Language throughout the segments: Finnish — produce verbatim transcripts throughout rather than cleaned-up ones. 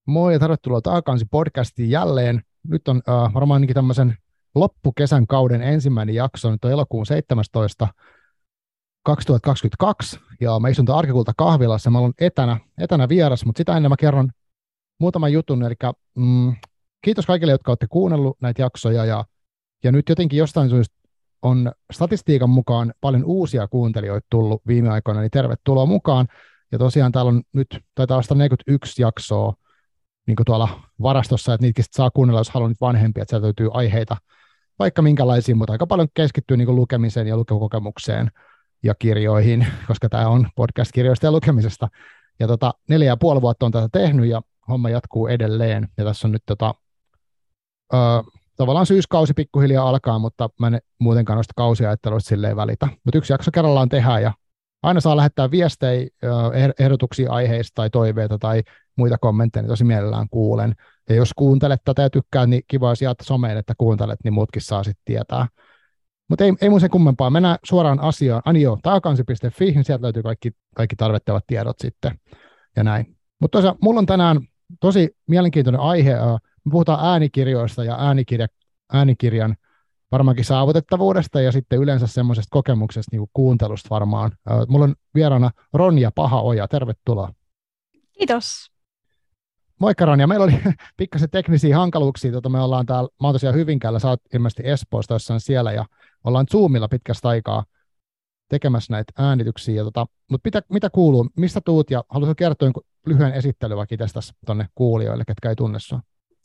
Moi ja tervetuloa Taakansi podcastiin jälleen. Nyt on äh, varmaan ainakin tämmöisen loppukesän kauden ensimmäinen jakso. Nyt on elokuun seitsemästoista kaksituhattakaksikymmentäkaksi ja mä istun täällä Arkikulta kahvilassa. Mä olen etänä, etänä vieras, mutta sitä ennen mä kerron muutaman jutun. Eli mm, kiitos kaikille, jotka olette kuunnellut näitä jaksoja ja, ja nyt jotenkin jostain syystä on statistiikan mukaan paljon uusia kuuntelijoita tullut viime aikoina, niin tervetuloa mukaan. Ja tosiaan täällä on nyt, taitaa olla sata neljäkymmentäyksi jaksoa niin kuin tuolla varastossa, että niitäkin saa kuunnella, jos haluaa nyt vanhempia, että sieltä löytyy aiheita vaikka minkälaisia, mutta aika paljon keskittyy niin kuin lukemiseen ja lukemukokemukseen ja kirjoihin, koska tämä on podcast kirjoista ja lukemisesta. Ja tota, neljä ja puoli vuotta on tätä tehnyt ja homma jatkuu edelleen. Ja tässä on nyt tota, ö, tavallaan syyskausi pikkuhiljaa alkaa, mutta mä en muutenkaan noista kausiajatteluista silleen välitä. Mutta yksi jakso kerrallaan tehdään ja aina saa lähettää viestejä, ehdotuksia aiheista tai toiveita tai muita kommentteja, niin tosi mielellään kuulen. Ja jos kuuntelet tätä ja tykkäät, niin kiva, jos jaat someen, että kuuntelet, niin muutkin saa sitten tietää. Mutta ei, ei mun sen kummempaa. Mennään suoraan asiaan. Anio, taakansi piste fi, niin sieltä löytyy kaikki, kaikki tarvittavat tiedot sitten ja näin. Mutta tosiaan, mulla on tänään tosi mielenkiintoinen aihe. Me puhutaan äänikirjoista ja äänikirja, äänikirjan varmaankin saavutettavuudesta ja sitten yleensä semmoisesta kokemuksesta niin kuin kuuntelusta varmaan. Mulla on vieraana Ronja Pahaoja. Tervetuloa. Kiitos. Moikka Ronja. Meillä oli pikkasen teknisiä hankaluuksia. Tota, me ollaan täällä, mä oon tosiaan Hyvinkäällä, sä oot ilmeisesti Espoosta jossain siellä ja ollaan Zoomilla pitkästä aikaa tekemässä näitä äänityksiä. Ja tota, mutta mitä, mitä kuuluu? Mistä tuut ja haluatko kertoa lyhyen esittelyn vaikka tästä tuonne kuulijoille, ketkä ei tunne sua?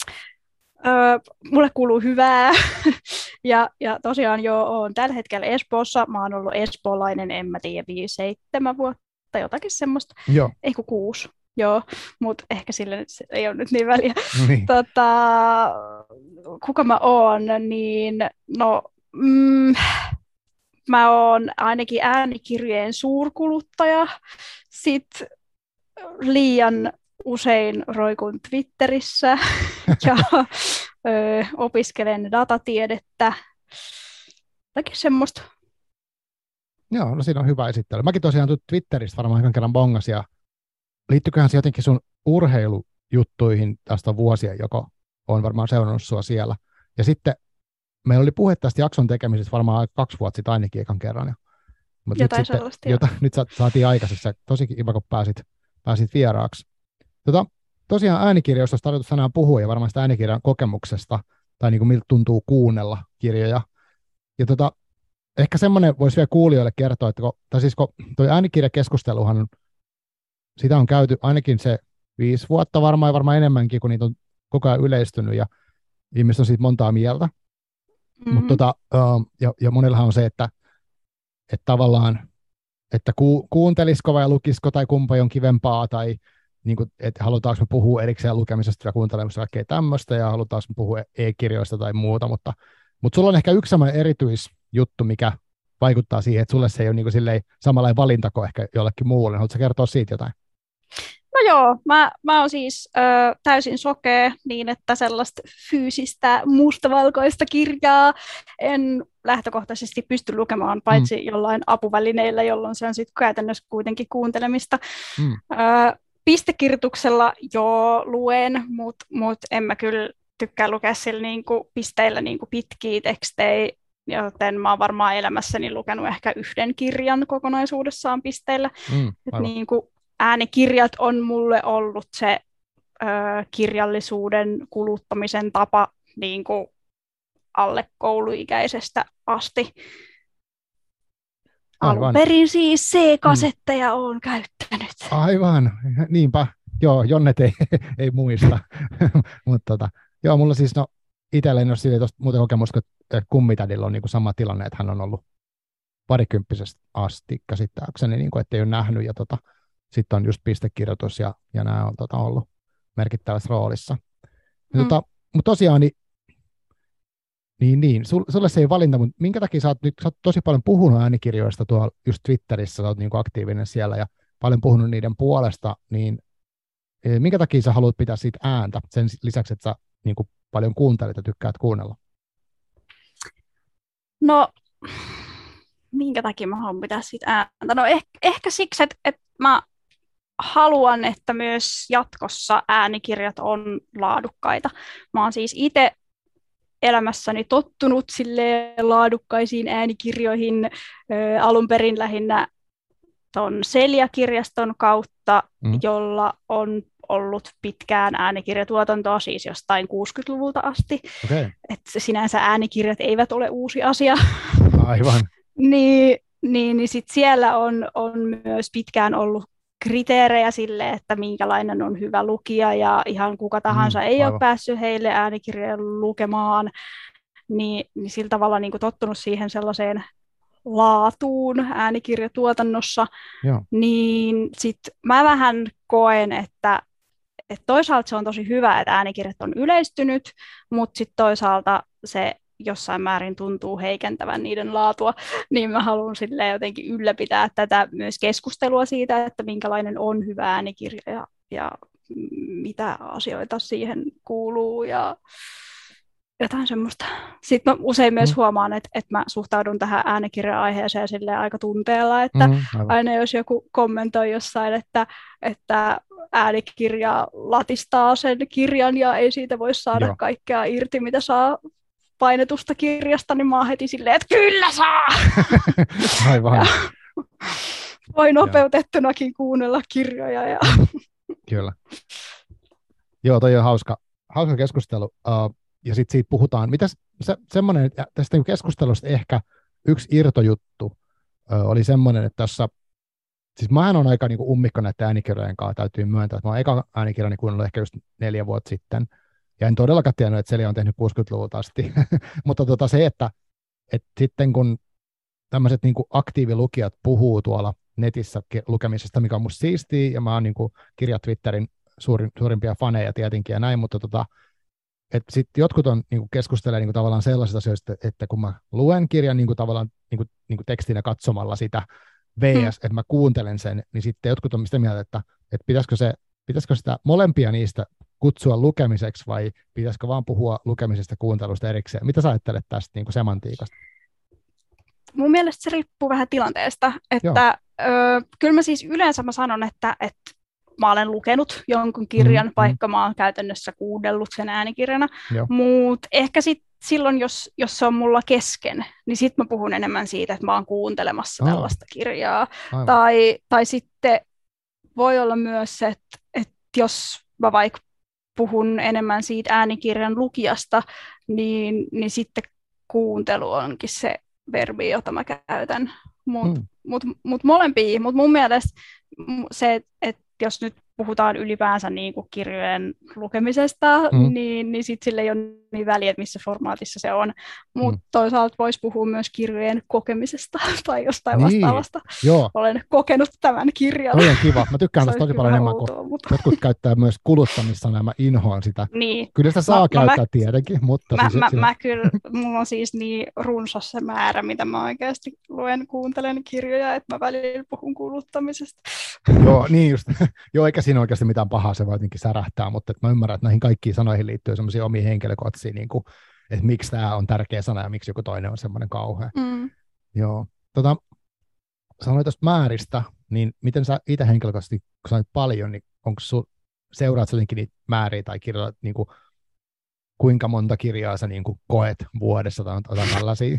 Öö, mulle kuuluu hyvää ja, ja tosiaan jo olen tällä hetkellä Espoossa. Mä oon ollut espoolainen, en mä tiedä, viisi, seitsemän vuotta, jotakin semmoista. Joo. Ei kun kuusi. Joo, mutta ehkä sille ei ole nyt niin väliä. Niin. Tota, kuka mä oon, niin no, mm, mä oon ainakin äänikirjojen suurkuluttaja. Sitten liian usein roikun Twitterissä ja ö, opiskelen datatiedettä. Jotakin semmoista. Joo, no siinä on hyvä esittely. Mäkin tosiaan tulet Twitteristä varmaan yhden kerran bongas ja liittyyköhän se jotenkin sun urheilujuttuihin tästä vuosia, joko on varmaan seurannut sua siellä. Ja sitten meillä oli puhe tästä jakson tekemisestä varmaan kaksi vuotta sitten ainakin ekan kerran. Mutta Jotain nyt, sitten, sellaista, jota, nyt saatiin aikaisessa. Tosi kiva, kun pääsit, pääsit vieraaksi. Tota, tosiaan äänikirjoista olisi tarkoitus tänään puhua ja varmaan sitä äänikirjan kokemuksesta tai niin kuin miltä tuntuu kuunnella kirjoja. Ja tota, ehkä semmoinen voisi vielä kuulijoille kertoa, että kun, tai siis kun toi äänikirjakeskusteluhan sitä on käyty ainakin se viisi vuotta varmaan ja varmaan enemmänkin, kun niitä on koko ajan yleistynyt ja ihmiset on siitä montaa mieltä. Mm-hmm. Mut tota, uh, ja, ja monillahan on se, että, että tavallaan, että ku, kuuntelisiko vai lukisiko tai kumpa on kivempaa tai niin kuin, että halutaanko me puhua erikseen lukemisesta ja kuuntelemisesta kaikkea tämmöistä ja halutaanko me puhua e-kirjoista tai muuta, mutta, mutta sulla on ehkä yksi sellainen erityisjuttu, mikä vaikuttaa siihen, että sulle se ei ole niin kuin silleen samanlainen valinta kuin ehkä jollekin muulle. Haluatko kertoa siitä jotain? No joo, mä, mä oon siis ö, täysin sokea niin, että sellaista fyysistä mustavalkoista kirjaa en lähtökohtaisesti pysty lukemaan, paitsi mm. jollain apuvälineillä, jolloin se on sitten käytännössä kuitenkin kuuntelemista. Mm. Ö, pistekirjoituksella joo luen, mutta mut en mä kyllä tykkää lukea sillä niinku pisteillä niinku pitkiä tekstejä, joten mä oon varmaan elämässäni lukenut ehkä yhden kirjan kokonaisuudessaan pisteillä. Mm, Et niinku äänikirjat on mulle ollut se ö, kirjallisuuden kuluttamisen tapa niin kuin alle kouluikäisestä asti. Aivan. Alun perin siis C-kasetteja mm. olen käyttänyt. Aivan, niinpä. Joo, Jonnet ei, ei muista. Mutta tota, joo, mulla siis no, itselleni on siitä muuten kokemus, kun kummitädillä on niin kuin sama tilanne, että hän on ollut parikymppisestä asti käsittääkseni, niin kuin, ettei ole nähnyt ja tota, sitten on just pistekirjoitus ja, ja nämä on tota, ollut merkittävässä roolissa. Mm. Tota, mutta tosiaan, niin, niin, niin sul, sulle se ei valinta, mutta minkä takia sä oot, nyt, sä oot tosi paljon puhunut äänikirjoista tuolla just Twitterissä, sä oot niin kuin aktiivinen siellä ja paljon puhunut niiden puolesta, niin minkä takia sä haluat pitää siitä ääntä sen lisäksi, että sä niin kuin paljon kuuntelet ja tykkäät kuunnella? No, minkä takia mä haluan pitää siitä ääntä? No ehkä, ehkä siksi, että, että mä haluan, että myös jatkossa äänikirjat on laadukkaita. Mä oon siis itse elämässäni tottunut silleen laadukkaisiin äänikirjoihin ö, alun perin lähinnä tuon Celia-kirjaston kautta, Mm. jolla on ollut pitkään äänikirjatuotantoa, siis jostain kuusikymmentäluvulta asti. Okay. Että sinänsä äänikirjat eivät ole uusi asia. Aivan. niin, niin, niin sit siellä on, on myös pitkään ollut kriteerejä sille, että minkälainen on hyvä lukija, ja ihan kuka tahansa Mm, ei aivan. ole päässyt heille äänikirjoja lukemaan, niin, niin sillä tavalla niin kuin tottunut siihen sellaiseen laatuun äänikirjatuotannossa, Joo. niin sitten mä vähän koen, että, että toisaalta se on tosi hyvä, että äänikirjat on yleistynyt, mutta sitten toisaalta se jossain määrin tuntuu heikentävän niiden laatua, niin mä haluan silleen jotenkin ylläpitää tätä myös keskustelua siitä, että minkälainen on hyvä äänikirja ja, ja mitä asioita siihen kuuluu ja jotain semmoista. Sitten mä usein myös Mm. huomaan, että, että mä suhtaudun tähän äänikirja-aiheeseen silleen aika tunteella, että Mm, aivan. aina jos joku kommentoi jossain, että, että äänikirja latistaa sen kirjan ja ei siitä voi saada Joo. kaikkea irti, mitä saa painetusta kirjasta, niin mä oon heti silleen, että kyllä saa! Aivan. Ja voi nopeutettunakin kuunnella kirjoja. Ja Kyllä. Joo, toi on hauska, hauska keskustelu. Uh, ja sitten siitä puhutaan. Mitäs se, semmoinen, että tästä niinku keskustelusta ehkä yksi irtojuttu uh, oli semmoinen, että tässä, siis mähän on aika niinku ummikko näiden äänikirjojen kanssa, täytyy myöntää, että mä oon eka äänikirjani kuunnellut ehkä just neljä vuotta sitten. Ja en todellakaan tiennyt, että Celia on tehnyt kuusikymmentäluvulta asti. Mutta tota se, että, että sitten kun tämmöiset niin kuin aktiivilukijat puhuu tuolla netissä lukemisesta, mikä on musta siistiä, ja mä oon niin kuin kirja Twitterin suurin, suurimpia faneja tietenkin ja näin, mutta tota, että sitten jotkut on niin kuin keskustelee niin kuin tavallaan sellaisista asioista, että kun mä luen kirjan niin kuin tavallaan niin kuin, niin kuin tekstinä katsomalla sitä V S, mm. että mä kuuntelen sen, niin sitten jotkut on sitä mieltä, että, että pitäisikö, se, pitäisikö sitä molempia niistä kutsua lukemiseksi vai pitäisikö vaan puhua lukemisesta kuuntelusta erikseen? Mitä sä ajattelet tästä niin kuin semantiikasta? Mun mielestä se riippuu vähän tilanteesta, että ö, kyllä mä siis yleensä mä sanon, että, että mä olen lukenut jonkun kirjan, mm, vaikka mä oon käytännössä kuunnellut sen äänikirjana, mutta ehkä sit silloin, jos, jos se on mulla kesken, niin sitten mä puhun enemmän siitä, että mä oon kuuntelemassa Aivan. tällaista kirjaa. Tai, tai sitten voi olla myös se, että, että jos mä vaikka puhun enemmän siitä äänikirjan lukijasta, niin, niin sitten kuuntelu onkin se verbi, jota mä käytän. Mutta mm. mut, mut molempia. Mutta mun mielestä se, että jos nyt puhutaan ylipäänsä niin kuin kirjojen lukemisesta, mm. niin, niin sitten sillä ei ole niin väliä, että missä formaatissa se on. Mutta mm. toisaalta voisi puhua myös kirjojen kokemisesta tai jostain niin. vastaavasta. Joo. Olen kokenut tämän kirjan. Toi on kiva. Mä tykkään tästä tosi paljon enemmän, kun mutta... jotkut käyttää myös kuluttamissa nämä inhoon sitä. Niin. Kyllä sitä saa mä, käyttää mä, tietenkin, mutta... Mä, siis, mä, sillä... mä kyllä, mulla on siis niin runsas se määrä, mitä mä oikeasti luen, kuuntelen kirjoja, että mä välillä puhun kuluttamisesta. Joo, niin just. Joo, eikä siinä oikeasti mitään pahaa, se voi jotenkin särähtää, mutta mä ymmärrän, että näihin kaikkiin sanoihin liittyy semmoisia omia henkilökohtaisia, niin kuin, että miksi tämä on tärkeä sana ja miksi joku toinen on semmoinen kauhea. Mm. Joo. Tota, sanoin tuosta määristä, niin miten sä itse henkilökohtaisesti, kun sanoit paljon, niin onko sul, seuraat sä jotenkin niitä määriä tai kirjoja, niin kuin, kuinka monta kirjaa sä niin kuin koet vuodessa tai otan tällaisia?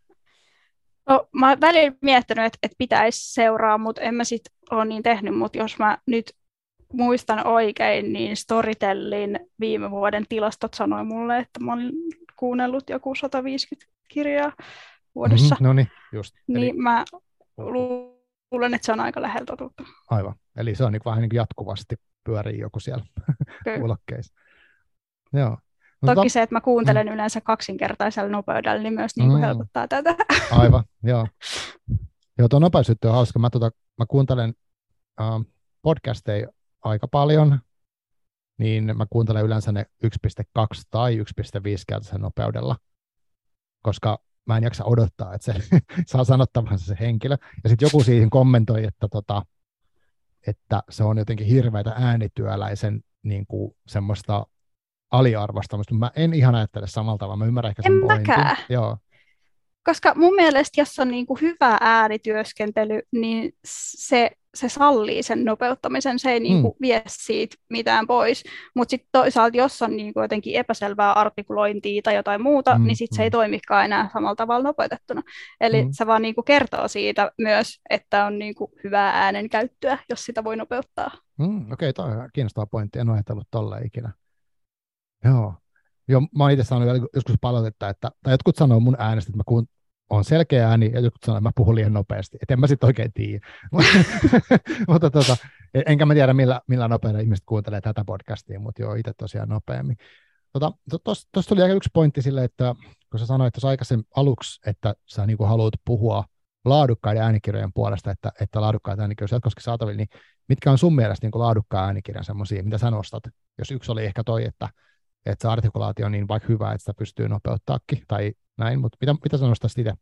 No, mä oon välillä miettinyt, että, että pitäisi seuraa, mutta en mä sit ole niin tehnyt, mutta jos mä nyt muistan oikein, niin Storytellin viime vuoden tilastot sanoi mulle, että mä olen kuunnellut joku sata viisikymmentä kirjaa vuodessa. Mm-hmm, no niin, just. Niin Eli... mä luulen, että se on aika lähellä totuutta. Aivan. Eli se on niin vähän niin kuin jatkuvasti pyörii joku siellä kuulokkeissa. Joo. No, Toki to... se, että mä kuuntelen mm. yleensä kaksinkertaisella nopeudella, niin myös niin kuin mm. helpottaa tätä. Aivan, joo. Joo, tuo nopeusjuttu on hauska. Mä, tota, mä kuuntelen uh, podcasteja aika paljon, niin mä kuuntelen yleensä ne yksi pilkku kaksi tai yksi pilkku viisi kertaisella nopeudella, koska mä en jaksa odottaa, että se saa sanottavansa se henkilö. Ja sitten joku siihen kommentoi, että, tota, että se on jotenkin hirveätä äänityöläisen niin kuin semmoista aliarvostamista. Mä en ihan ajattele samalla tavalla. Mä ymmärrän ehkä sen pointin. Joo. Koska mun mielestä, jos on niin kuin hyvä äänityöskentely, niin se se sallii sen nopeuttamisen, se ei niin kuin Mm. vie siitä mitään pois. Mutta sitten toisaalta, jos on niin kuin jotenkin epäselvää artikulointia tai jotain muuta, Mm. niin sitten se ei Mm. toimikaan enää samalla tavalla nopeutettuna. Eli Mm. se vaan niin kuin kertoo siitä myös, että on niin kuin hyvää äänenkäyttöä, jos sitä voi nopeuttaa. Mm. Okei, okay, toi on kiinnostava pointti. En ole ajatellut tolleen ikinä. Joo. Joo, mä oon itse saanut joskus palautetta, että, tai jotkut sanoo mun äänestä, että mä kuun, on selkeä ääni, ja jotkut sanoo, että mä puhun liian nopeasti. Et en mä sitten oikein tiedä. Mutta tota, enkä mä tiedä, millä, millä nopeilla ihmiset kuuntelee tätä podcastia, mutta joo, itse tosiaan nopeammin. Tuossa tota, tos tuli aika yksi pointti sille, että kun sä sanoit tuossa aikaisemmin aluksi, että sä niin kuin haluat puhua laadukkaiden äänikirjojen puolesta, että, että laadukkaita äänikirjoja on jatkossakin saatavilla, niin mitkä on sun mielestä niin kuin laadukkaan äänikirjan semmoisia, mitä sä nostat? Jos yksi oli ehkä toi, että, että se artikulaatio on niin vaikka hyvä, että sitä pystyy nopeuttaakin tai näin, mutta mitä, mitä sä nostaisit itse?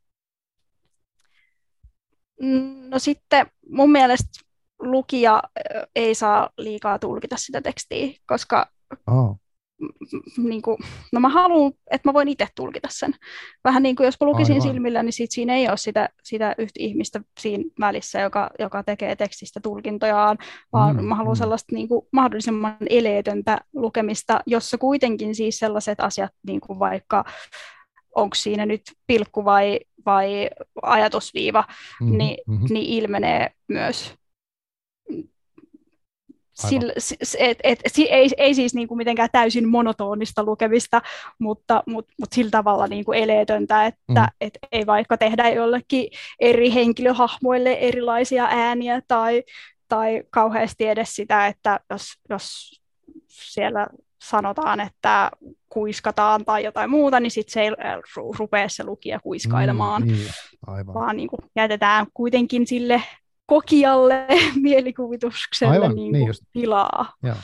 No sitten mun mielestä lukija ei saa liikaa tulkita sitä tekstiä, koska Oh. niin kuin, no mä haluan, että mä voin itse tulkita sen. Vähän niin kuin jos mä lukisin Aivan. silmillä, niin sit siinä ei ole sitä, sitä yhtä ihmistä siinä välissä, joka, joka tekee tekstistä tulkintojaan, vaan Mm, mä haluan mm. sellaista niin kuin, mahdollisimman eleetöntä lukemista, jossa kuitenkin siis sellaiset asiat, niin kuin vaikka onko siinä nyt pilkku vai, vai ajatusviiva, Mm-hmm, niin, mm-hmm. niin ilmenee myös. Aivan. Sillä, et, et, et, ei, ei siis niin kuin mitenkään täysin monotonista lukemista, mutta, mutta, mutta sillä tavalla niin kuin eleetöntä, että Mm. et ei vaikka tehdä jollekin eri henkilöhahmoille erilaisia ääniä tai, tai kauheasti edes sitä, että jos, jos siellä sanotaan, että kuiskataan tai jotain muuta, niin sitten se ei ru- rupea se lukija kuiskailemaan, Mm, niin, aivan. vaan niin kuin jätetään kuitenkin sille kokijalle mielikuvitukselle Aivan, niin niin kuin just. tilaa. Joo.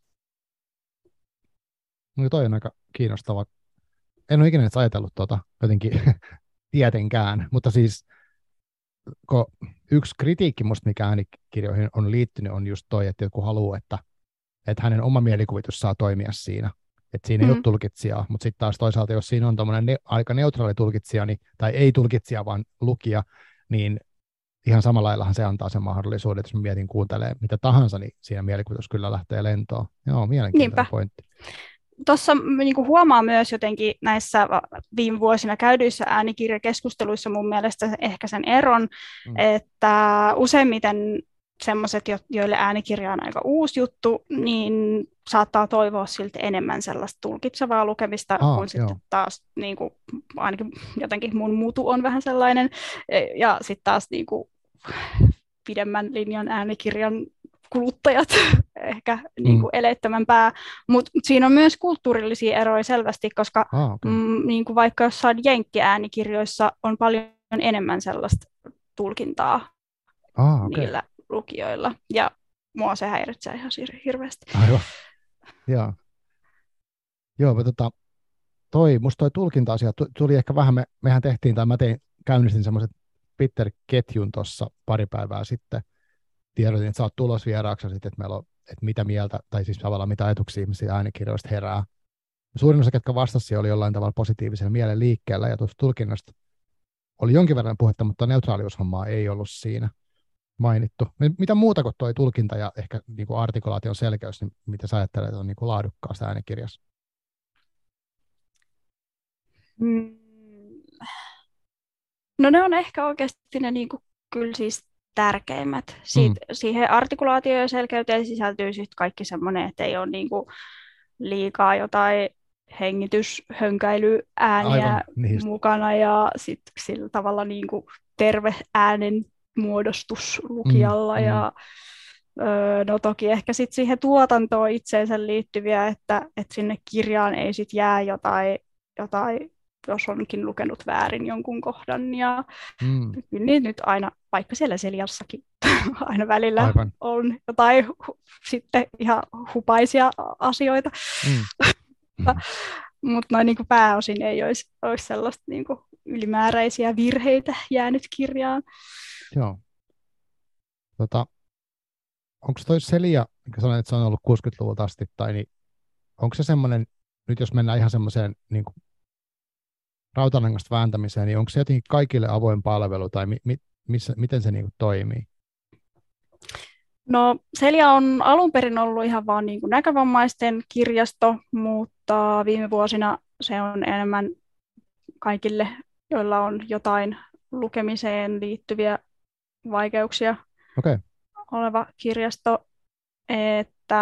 No toi on aika kiinnostava. En ole ikinä edes ajatellut tuota jotenkin tietenkään, mutta siis kun yksi kritiikki musta, mikä äänikirjoihin on liittynyt, on just toi, että joku haluaa, että, että hänen oma mielikuvitus saa toimia siinä. Että siinä ei Mm. ole tulkitsijaa, mutta sitten taas toisaalta, jos siinä on tommoinen ne, aika neutraali tulkitsija, niin, tai ei tulkitsija, vaan lukija, niin ihan samalla laillahan se antaa sen mahdollisuuden, että jos mä mietin kuuntelee mitä tahansa, niin siinä mielikuvitus kyllä lähtee lentoon. Joo, mielenkiintoinen Niinpä. pointti. Tuossa niin kuin huomaa myös jotenkin näissä viime vuosina käydyissä äänikirjakeskusteluissa mun mielestä ehkä sen eron, Mm. että useimmiten semmoiset, joille äänikirja on aika uusi juttu, niin saattaa toivoa silti enemmän sellaista tulkitsevaa lukemista, Aa, kun sitten joo. taas niin kuin, ainakin jotenkin mun mutu on vähän sellainen, ja sitten taas niin kuin, pidemmän linjan äänikirjan kuluttajat ehkä niin kuin eleettömämpää, mutta siinä on myös kulttuurillisia eroja selvästi, koska Ah, okay. mm, niin kuin vaikka jossain jenkki-äänikirjoissa on paljon enemmän sellaista tulkintaa Ah, okay. niillä lukijoilla, ja mua se häiritsee ihan hirveästi. Aivan. Joo. Joo, mutta tota, toi, musta toi tulkinta-asia tuli ehkä vähän, me, mehän tehtiin, tai mä tein, käynnistin semmoiset Twitter-ketjun tuossa pari päivää sitten, tiedotin, että sä oot tulos vieraaksi ja sitten, että meillä on, että mitä mieltä, tai siis tavallaan mitä ajatuksia ihmisiä äänikirjoista herää. Suurin osa, ketkä vastasi, oli jollain tavalla positiivisella mielen liikkeellä, ja tuosta tulkinnasta oli jonkin verran puhetta, mutta neutraaliushommaa ei ollut siinä mainittu. Mitä muuta kuin tuo tulkinta ja ehkä niin kuin artikulaation selkeys, niin mitä sä ajattelet, että on niin kuin laadukkaasta äänikirjassa? Mm. No ne on ehkä oikeasti ne niin kuin, kyllä siis tärkeimmät. Siit, mm. Siihen artikulaatioon ja selkeyteen sisältyy sitten kaikki semmoinen, että ei ole niin kuin liikaa jotain hengityshönkäilyääniä Aivan, niin mukana ja sitten sillä tavalla niin kuin terve äänen muodostus lukijalla. Mm, ja mm. Öö, no toki ehkä sitten siihen tuotantoon itseensä liittyviä, että, että sinne kirjaan ei sitten jää jotain, jotain jos onkin lukenut väärin jonkun kohdan. Ja mm. niin nyt aina, vaikka siellä Seliassakin aina välillä Aivan. on jotain hu- sitten ihan hupaisia asioita. Mm. Mutta noin niin kuin pääosin ei olisi, olisi sellaista niin kuin ylimääräisiä virheitä jäänyt kirjaan. Joo. Tota, onko toi Selia, mikä sanoit, että se on ollut kuusikymmentäluvulta asti, tai niin, onko se semmoinen, nyt jos mennään ihan semmoiseen niin kuin rautalangasta vääntämiseen, niin onko se jotenkin kaikille avoin palvelu, tai mi, mi, missä, miten se niin kuin toimii? No Celia on alun perin ollut ihan vaan niin kuin näkövammaisten kirjasto, mutta viime vuosina se on enemmän kaikille, joilla on jotain lukemiseen liittyviä vaikeuksia Okei, okay. oleva kirjasto, että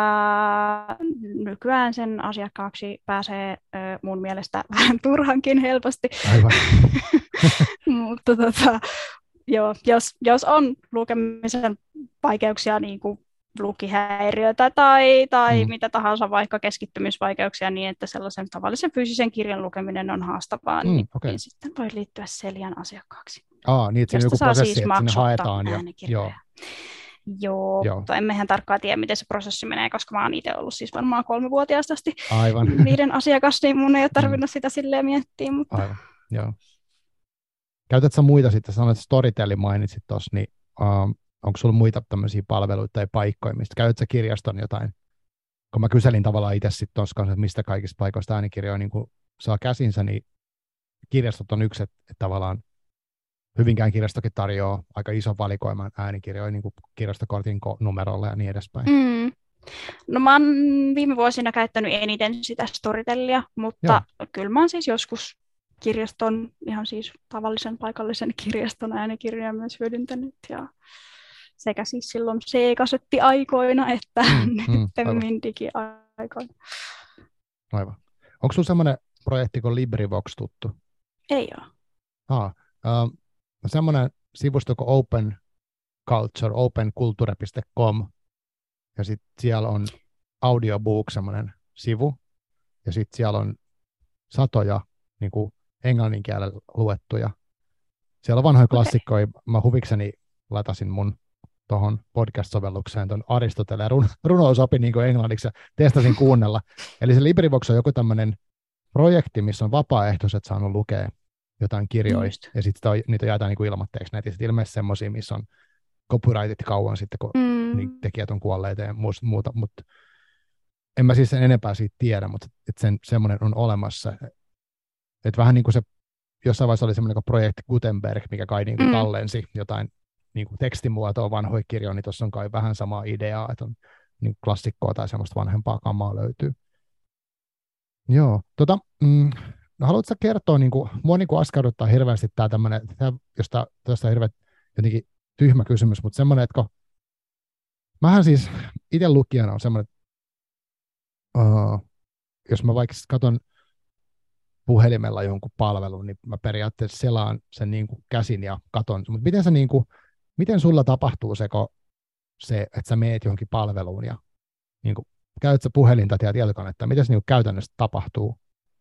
nykyään sen asiakkaaksi pääsee mun mielestä vähän turhankin helposti. Aivan. Mutta tota, joo, jos, jos on lukemisen vaikeuksia, niin kuin lukihäiriötä tai, tai mm. mitä tahansa, vaikka keskittymisvaikeuksia, niin että sellaisen tavallisen fyysisen kirjan lukeminen on haastavaa, mm, niin, okay. niin sitten voi liittyä Celian asiakkaaksi. Aa, niin, että siinä on joku prosessi, siis että sinne haetaan. Ja, joo. Joo, joo, mutta emmehän tarkkaan tiedä, miten se prosessi menee, koska mä oon itse ollut siis varmaan kolmevuotiaasta asti Aivan. niiden asiakas, niin mun ei ole tarvinnut mm. sitä silleen miettiä. Mutta... Aivan, joo. Käytätkö muita sitten, sanoit, että Storytelin mainitsit tuossa, niin um, onko sulla muita tämmöisiä palveluita tai paikkoja, mistä käytätkö kirjaston jotain? Kun mä kyselin tavallaan itse sitten tuossa kanssa, että mistä kaikista paikoista äänikirjoja niin saa käsinsä, niin kirjastot on yksi, että, että tavallaan Hyvinkään kirjastokin tarjoaa aika ison valikoiman äänikirjoja niin kuin kirjastokortin numerolla ja niin edespäin. Mm. No mä oon viime vuosina käyttänyt eniten sitä Storytelia, mutta Joo. kyllä mä oon siis joskus kirjaston, ihan siis tavallisen paikallisen kirjaston äänikirjoja myös hyödyntänyt. Ja sekä siis silloin C-kasetti-aikoina että mm, nyttemmin mm, digiaikoina. Aivan. Onko sulla semmoinen projekti kuin LibriVox tuttu? Ei ole. Ah, uh, semmoinen sivusto kuin Open Culture, openculture piste com, ja sitten siellä on audiobook, semmoinen sivu, ja sitten siellä on satoja niin kuin englannin kielellä luettuja. Siellä on vanhoja klassikkoja. Okay. Mä huvikseni latasin mun tuohon podcast-sovellukseen tuon Aristoteleen run- runousopi niin kuin englanniksi ja testasin kuunnella. Eli se LibriVox on joku tämmöinen projekti, missä on vapaaehtoiset saanut lukea jotain kirjoja, Just. ja sitten niitä jaetaan niin kuin ilmatteeksi netissä. Ilmeisesti semmoisia, missä on copyrightit kauan sitten, kun mm. niin tekijät on kuolleet ja muuta, mutta en mä siis sen enempää siitä tiedä, mutta että sen, semmoinen on olemassa. Että vähän niin kuin se, jossain vaiheessa oli semmoinen kuin projekti Gutenberg, mikä kai niin kuin mm. tallensi jotain niin kuin tekstimuotoa vanhoja kirjoja, niin tuossa on kai vähän samaa ideaa, että on niin klassikkoa tai semmoista vanhempaa kamaa löytyy. Joo, tota, mm, no haluatko kertoa, niin kuin, mua niin kuin askarruttaa hirveästi tämä tämmöinen, josta tuosta on hirveän jotenkin tyhmä kysymys, mutta semmoinen, että kun mähän siis itse lukijana on semmoinen, uh, jos mä vaikka katson puhelimella jonkun palvelun, niin mä periaatteessa selaan sen niin kuin käsin ja katon. Mutta miten, se niin kuin, miten sulla tapahtuu se, se, että sä meet johonkin palveluun ja niin kuin, käytät sä puhelinta ja tietokonetta? Miten se niin kuin käytännössä tapahtuu?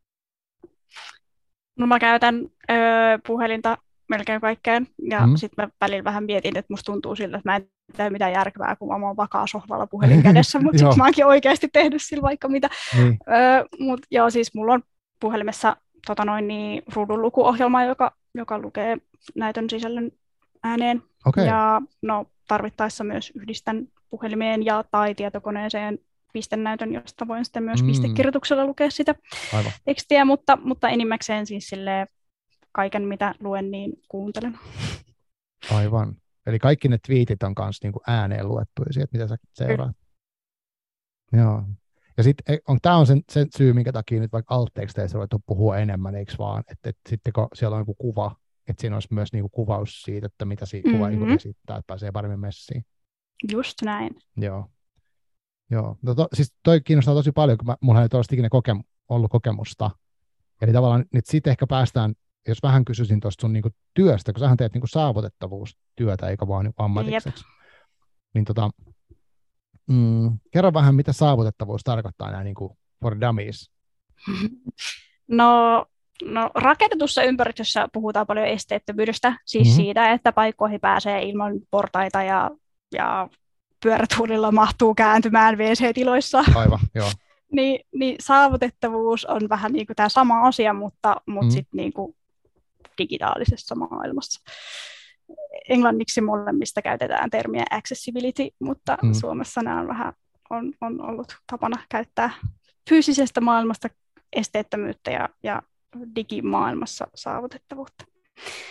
No mä käytän öö, puhelinta melkein kaikkeen ja mm. sitten mä välillä vähän mietin, että musta tuntuu siltä, että mä en tee mitään järkevää, kun mä oon vakaa sohvalla puhelin kädessä, mutta sitten mä oonkin oikeasti tehnyt sillä vaikka mitä. Niin. Öö, mutta joo, siis mulla on puhelimessa tota noin, niin, ruudunlukuohjelma, joka, joka lukee näytön sisällön ääneen. Okay. Ja no, tarvittaessa myös yhdistän puhelimeen ja tai tietokoneeseen pistennäytön, josta voin sitten myös mm. pistekirjoituksella lukea sitä Aivan. tekstiä, mutta, mutta enimmäkseen siis silleen kaiken, mitä luen, niin kuuntelen. Aivan. Eli kaikki ne twiitit on kanssa niin kuin ääneen luettuja siitä, mitä sä seuraat. Kyllä. Joo. Ja sitten on, tämä on sen, sen syy, minkä takia nyt vaikka alt-teksteissä ruvettu puhua enemmän, eikö vaan, että, että sitten kun siellä on joku kuva, että siinä olisi myös niinku kuvaus siitä, että mitä siinä kuva mm-hmm. esittää, että pääsee paremmin messiin. Just näin. Joo. Joo. No to, siis toi kiinnostaa tosi paljon, kun mä, mulla ei tuollaista ikinä kokem, ollut kokemusta. Eli tavallaan nyt sitten ehkä päästään, jos vähän kysyisin tuosta sun niinku työstä, kun sähän teet niinku saavutettavuustyötä, eikä vaan niinku ammatikseksi. Niin tota, Mm, kerro vähän, mitä saavutettavuus tarkoittaa näin niin kuin for dummies. No, no rakennetussa ympäristössä puhutaan paljon esteettömyydestä, siis mm-hmm. siitä, että paikkoihin pääsee ilman portaita ja, ja pyörätuolilla mahtuu kääntymään wee see-tiloissa. Aivan, joo. niin, niin saavutettavuus on vähän niin kuin tämä sama asia, mutta, mutta mm-hmm. sitten niin kuin digitaalisessa maailmassa. Englanniksi molemmista käytetään termiä accessibility, mutta mm. Suomessa nämä on vähän on, on ollut tapana käyttää fyysisestä maailmasta esteettömyyttä ja, ja digimaailmassa saavutettavuutta.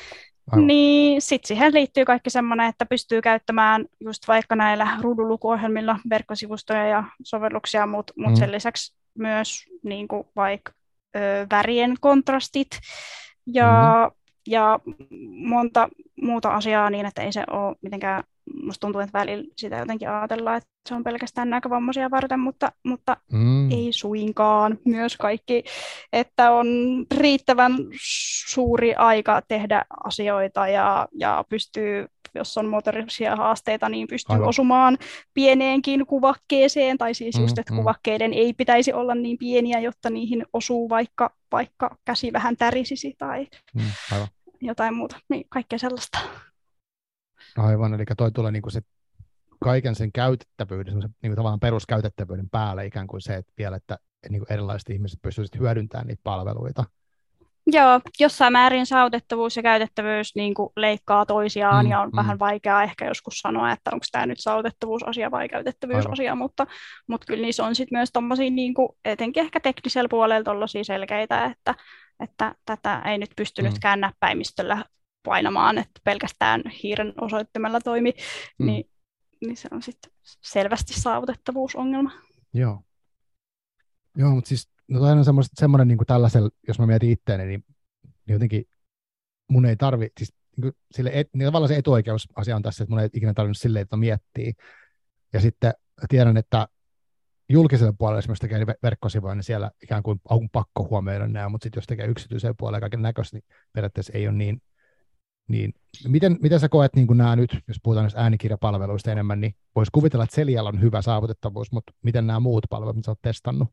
Aivan. Niin, sitten siihen liittyy kaikki semmoinen, että pystyy käyttämään just vaikka näillä ruudunlukuohjelmilla verkkosivustoja ja sovelluksia, mutta mut Mm. sen lisäksi myös niin kuin vaikka ö, värien kontrastit ja, Mm. ja monta muuta asiaa niin, että ei se ole mitenkään, musta tuntuu, että välillä sitä jotenkin ajatellaan, että se on pelkästään näkövammaisia varten, mutta, mutta Mm. ei suinkaan. Myös kaikki, että on riittävän suuri aika tehdä asioita ja, ja pystyy, jos on motorisia haasteita, niin pystyy Aivan. osumaan pieneenkin kuvakkeeseen, tai siis just, Mm. että Mm. kuvakkeiden ei pitäisi olla niin pieniä, jotta niihin osuu vaikka, vaikka käsi vähän tärisisi tai Mm. Aivan. jotain muuta. Niin kaikkea sellaista. Aivan, eli toi tulee niinku se kaiken sen käytettävyyden, semmoisen niinku tavallaan peruskäytettävyyden päälle ikään kuin se, että vielä, että niinku erilaiset ihmiset pystyisivät hyödyntämään niitä palveluita. Joo, jossain määrin saavutettavuus ja käytettävyys niin kuin leikkaa toisiaan Mm, ja on mm. vähän vaikeaa ehkä joskus sanoa, että onko tämä nyt saavutettavuusasia vai käytettävyysasia, mutta, mutta kyllä niissä on sitten myös tommosia, niin kuin, etenkin ehkä teknisellä puolella tollaisia selkeitä, että, että tätä ei nyt pystynytkään mm. näppäimistöllä painamaan, että pelkästään hiiren osoittimella toimi, mm. niin, niin se on sitten selvästi saavutettavuusongelma. Joo. Joo, mutta siis no toi on semmoinen niin kuin tällaisella, jos mä mietin itteeni, niin, niin jotenkin mun ei tarvi, siis niin sille et, niin tavallaan se etuoikeusasia on tässä, että mun ei ikinä tarvinnut silleen, että miettii. Ja sitten tiedän, että julkiselle puolelle, jos tekee verkkosivuja, niin siellä ikään kuin on pakko huomioida nämä, mutta sitten jos tekee yksityiselle puolelle kaiken näköistä, niin periaatteessa ei ole niin. niin miten, miten sä koet niin kuin nämä nyt, jos puhutaan äänikirjapalveluista enemmän, niin voisi kuvitella, että Celialla on hyvä saavutettavuus, mutta miten nämä muut palvelut, mitä sä oot testannut?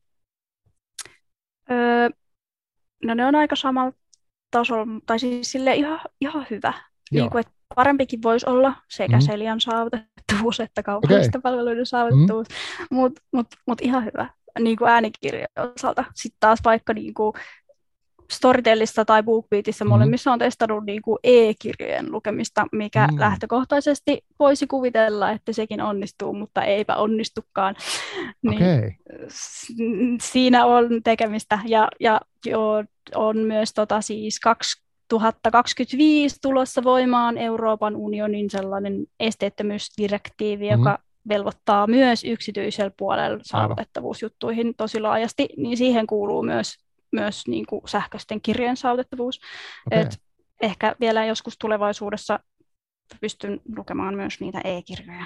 Öö, no ne on aika samalla tasolla, tai siis sille ihan, ihan hyvä. Niin kuin, että parempikin voisi olla sekä mm-hmm. Celian saavutettavuus että kaupallisten okay. palveluiden saavutettavuus, mm-hmm. mutta mut, mut ihan hyvä niin kuin äänikirjojen osalta. Sitten taas vaikka niin kuin Storytellissa tai BookBeatissä mm-hmm. molemmissa on testannut niin kuin e-kirjojen lukemista, mikä mm-hmm. lähtökohtaisesti voisi kuvitella, että sekin onnistuu, mutta eipä onnistukaan. Niin okay. Siinä on tekemistä ja, ja jo, on myös tota, siis kaksituhattakaksikymmentäviisi tulossa voimaan Euroopan unionin sellainen esteettömyysdirektiivi, mm-hmm. joka velvoittaa myös yksityisellä puolella saavutettavuusjuttuihin tosi laajasti, niin siihen kuuluu myös myös niin kuin sähköisten kirjojen saavutettavuus. Okay. Et ehkä vielä joskus tulevaisuudessa pystyn lukemaan myös niitä e-kirjoja.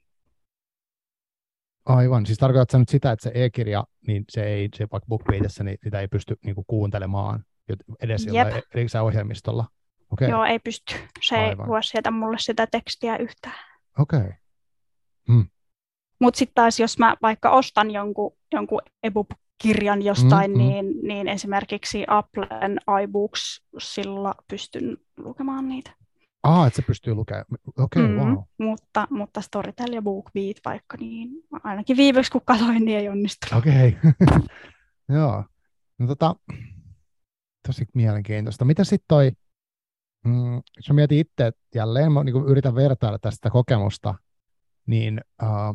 Aivan. Siis tarkoitatko nyt sitä, että se e-kirja, niin se ei, se vaikka BookBeatissä, niin sitä ei pysty niin kuin kuuntelemaan edes jollain ohjelmistolla? Okay. Joo, ei pysty. Se Aivan. ei lue sieltä mulle sitä tekstiä yhtään. Okei. Okay. Hmm. Mutta sitten taas, jos mä vaikka ostan jonkun, jonkun ebook kirjan jostain, mm-hmm. niin, niin esimerkiksi Applen iBooksilla pystyn lukemaan niitä. Ah, että se pystyy lukemaan. Okei, okay, mm-hmm. wow. Mutta, mutta Storytel ja BookBeat vaikka, niin ainakin viimeksi kun katsoin, niin ei onnistunut. Okei. Okay. Joo. No tota, tosi mielenkiintoista. Mitä sitten toi, mm, jos mä mietin itse, että jälleen mä niin yritän vertailla tästä kokemusta, niin uh,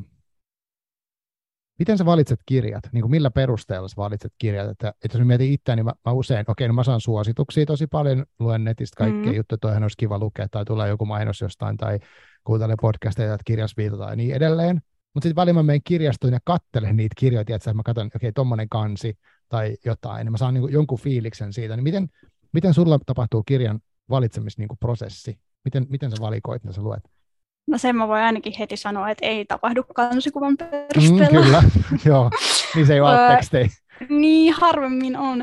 miten sä valitset kirjat? Niin kuin millä perusteella sä valitset kirjat? Että, että jos mä mietin itseäni, niin mä, mä usein, okei, okay, no mä saan suosituksia tosi paljon, luen netistä kaikkea mm. juttuja, toihan olisi kiva lukea, tai tulee joku mainos jostain, tai kuuntelen podcasteja, että kirjas viitataan ja niin edelleen. Mutta sitten välillä mä menen kirjastoon ja katselen niitä kirjoja, että mä katson, okei, okay, tommonen kansi tai jotain, niin mä saan niin kuin jonkun fiiliksen siitä. Niin miten, miten sulla tapahtuu kirjan valitsemisprosessi? Niin miten, miten sä valikoit, mitä sä luet? No sen mä voin ainakin heti sanoa, että ei tapahdu kansikuvan perusteella. Mm, kyllä, joo. Niin se ei vaan ole tekstejä. Niin, harvemmin on.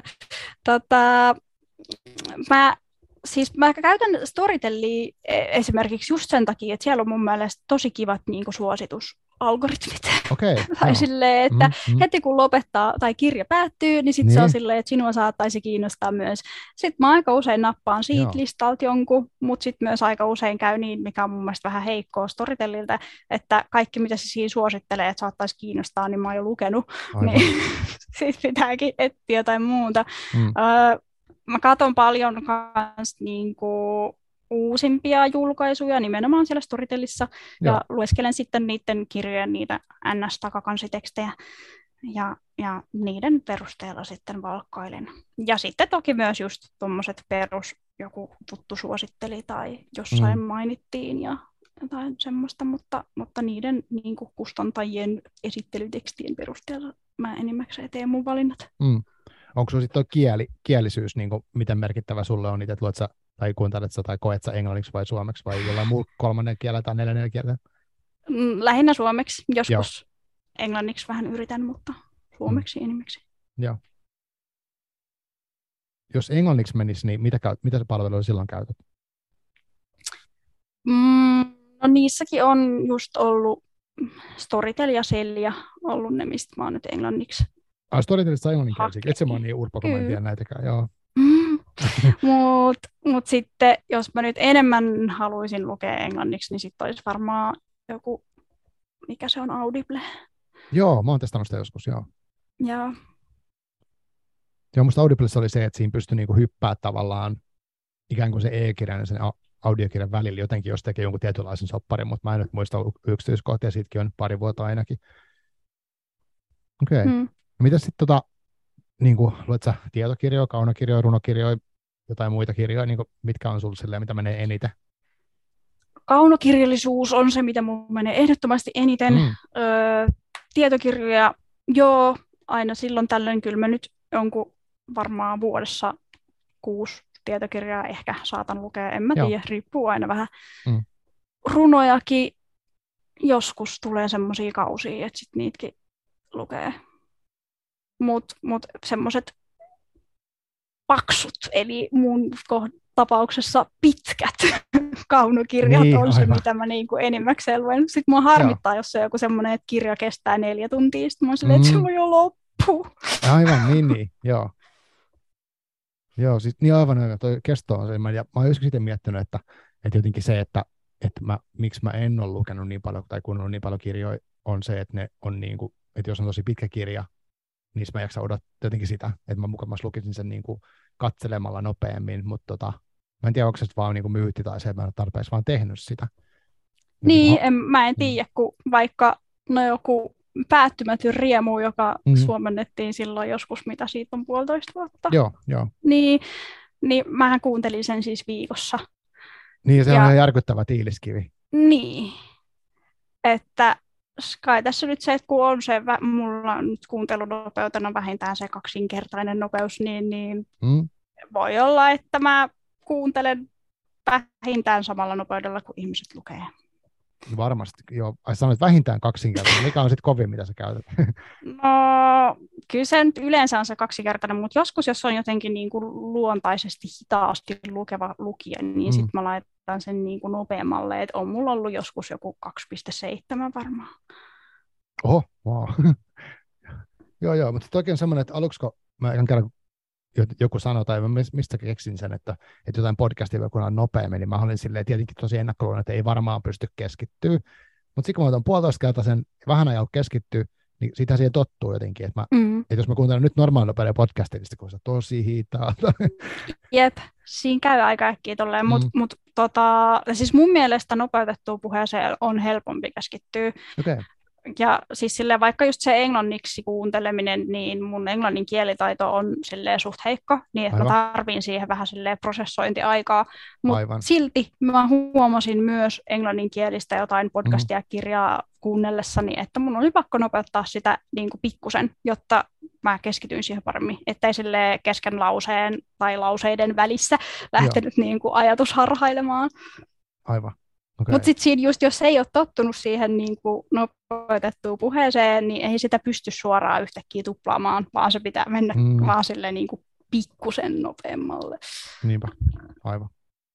Tota, mä, siis mä käytän Storytellia esimerkiksi just sen takia, että siellä on mun mielestä tosi kivat niin kuin suositusalgoritmit. Okay, tai no. silleen, että mm, mm. heti kun lopettaa tai kirja päättyy, niin sitten niin. se on silleen, että sinua saattaisi kiinnostaa myös. Sitten mä aika usein nappaan siitä Joo. listalta jonkun, mutta sitten myös aika usein käy niin, mikä on mun mielestä vähän heikkoa Storytelliltä, että kaikki mitä se siinä suosittelee, että saattaisi kiinnostaa, niin mä oon jo lukenut. Niin sitten pitääkin etsiä jotain muuta. Mm. Öö, mä katson paljon kans niinku uusimpia julkaisuja nimenomaan siellä Storytellissa ja Joo. lueskelen sitten niiden kirjojen niitä N S-takakansitekstejä ja, ja niiden perusteella sitten valkkailen. Ja sitten toki myös just tuommoiset perus joku tuttu suositteli tai jossain Mm. mainittiin ja jotain semmoista, mutta, mutta niiden niin kuin kustantajien esittelytekstien perusteella mä enimmäkseen teen mun valinnat. Mm. Onko sinulla sitten tuo kieli, kielisyys, niin kuin, miten merkittävä sulle on itse, että luet sä, tai kuuntelet sä tai koet sä englanniksi vai suomeksi vai jollain muulla kolmannen kielellä tai neljännellä kielellä? Mm, Lähinnä suomeksi, Joo. joskus englanniksi vähän yritän, mutta suomeksi Mm. enimmäkseen. Joo. Jos englanniksi menisi, niin mitä, käyt, mitä palvelua silloin käytät? Mm, no niissäkin on just ollut Storytel ja Celia ollut ne, mistä mä oon nyt englanniksi. Ah, Storytelista englanninkielisiä. Hakee. Et se mä oon niin urpo, kun mä en tiedä näitäkään. Joo. Mm. Mutta mut sitten, jos mä nyt enemmän haluaisin lukea englanniksi, niin sitten olisi varmaan joku, mikä se on, Audible. Joo, mä oon testannut sitä joskus, joo. Ja, Joo, musta Audiblessa oli se, että siinä pystyi niinku hyppää tavallaan ikään kuin se e-kirjan ja sen audiokirjan välillä jotenkin, jos tekee jonkun tietynlaisen sopparin, mutta mä en nyt muista yksityiskohtia, siitäkin on pari vuotta ainakin. Okei. Okay. mm. Mitä sitten, tota, niin luet sä tietokirjoja, kaunokirjoja, runokirjoja, jotain muita kirjoja, niin kuin, mitkä on sulla silleen, mitä menee eniten? Kaunokirjallisuus on se, mitä mun menee ehdottomasti eniten. Mm. Öö, tietokirjoja, joo, aina silloin tällöin kyllä mä nyt jonkun varmaan vuodessa kuusi tietokirjaa ehkä saatan lukea, en mä Joo. tiedä, riippuu aina vähän. Mm. Runojakin joskus tulee semmoisia kausia, että sit niitäkin lukee. Mutta mut semmoiset paksut, eli mun tapauksessa pitkät kaunokirjat Niin, on se, aivan. mitä mä niinku enimmäkseen luen. Sitten mua harmittaa, Joo. jos se on joku semmoinen, että kirja kestää neljä tuntia, sitten mä oon silleen, että se voi jo loppu. Aivan, niin, niin, joo. Joo, siis niin aivan, aivan, toi kesto on se. Mä, ja mä oon joskus itse miettinyt, että, että jotenkin se, että, että mä, miksi mä en ole lukenut niin paljon tai kuunnellut niin paljon kirjoja, on se, että ne on niin kuin, että jos on tosi pitkä kirja, niin mä jaksan odottaa jotenkin sitä, että mä mukavasti lukisin sen niin kuin katselemalla nopeammin, mutta tota, mä en tiedä, onko se vaan niin kuin myytti tai se, että mä en ole tarpeeksi vaan tehnyt sitä. Niin, en, mä en tiedä, kun vaikka no joku päättymätön riemu, joka mm-hmm. suomennettiin silloin joskus, mitä siitä on puolitoista vuotta. Joo, joo. Niin, niin mähän kuuntelin sen siis viikossa. Niin, se ja, on ihan järkyttävä tiiliskivi. Niin, että kai tässä nyt se, että kun on se, mulla on nyt kuuntelunopeutena vähintään se kaksinkertainen nopeus, niin, niin mm. voi olla, että mä kuuntelen vähintään samalla nopeudella kuin ihmiset lukee. Varmasti, joo. Ai sanoit vähintään kaksinkertainen. Mikä on sitten kovin, mitä sä käytät? No, kyllä se nyt yleensä on se kaksinkertainen, mutta joskus, jos on jotenkin niin kuin luontaisesti hitaasti lukeva lukija, niin mm. sitten mä laitan sen niin kuin nopeammalle. Et on mulla ollut joskus joku kaksi pilkku seitsemän varmaan. Oho, wow. joo, joo, mutta toki on semmoinen, että aluksi kun mä ekan kerran joku sanoi, tai mistä keksin sen, että, että jotain podcastia voi kuunnella nopeammin, niin mä olin silleen tietenkin tosi ennakkoluuloinen, että ei varmaan pysty keskittyä. Mutta sitten kun mä otan puolitoista kertaa sen vähän ajan keskittyä, niin sitä siihen tottuu jotenkin, että, mä, mm. että jos mä kuuntelen nyt normaali nopeuden podcastia, niin kun se on tosi hitaata. Jep, siinä käy aika äkkiä tolleen, mutta mm. mut, tota, siis mun mielestä nopeutettuun puheeseen on helpompi keskittyä. Okay. Ja siis silleen, vaikka just se englanniksi kuunteleminen, niin mun englannin kielitaito on silleen suht heikko, niin että Aivan. mä tarvin siihen vähän silleen prosessointiaikaa. Mutta silti mä huomasin myös englanninkielistä jotain podcastia mm. kirjaa kuunnellessani, että mun oli pakko nopeuttaa sitä niin kuin pikkusen, jotta mä keskityin siihen paremmin, ettei silleen kesken lauseen tai lauseiden välissä lähtenyt niin kuin ajatus harhailemaan. Aivan. Okay. Mutta sitten siinä just, jos ei ole tottunut siihen niin kuin nopeutettuun puheeseen, niin ei sitä pysty suoraan yhtäkkiä tuplaamaan, vaan se pitää mennä mm. vaan silleen niin kuin pikkusen nopeammalle. Niinpä, aivan.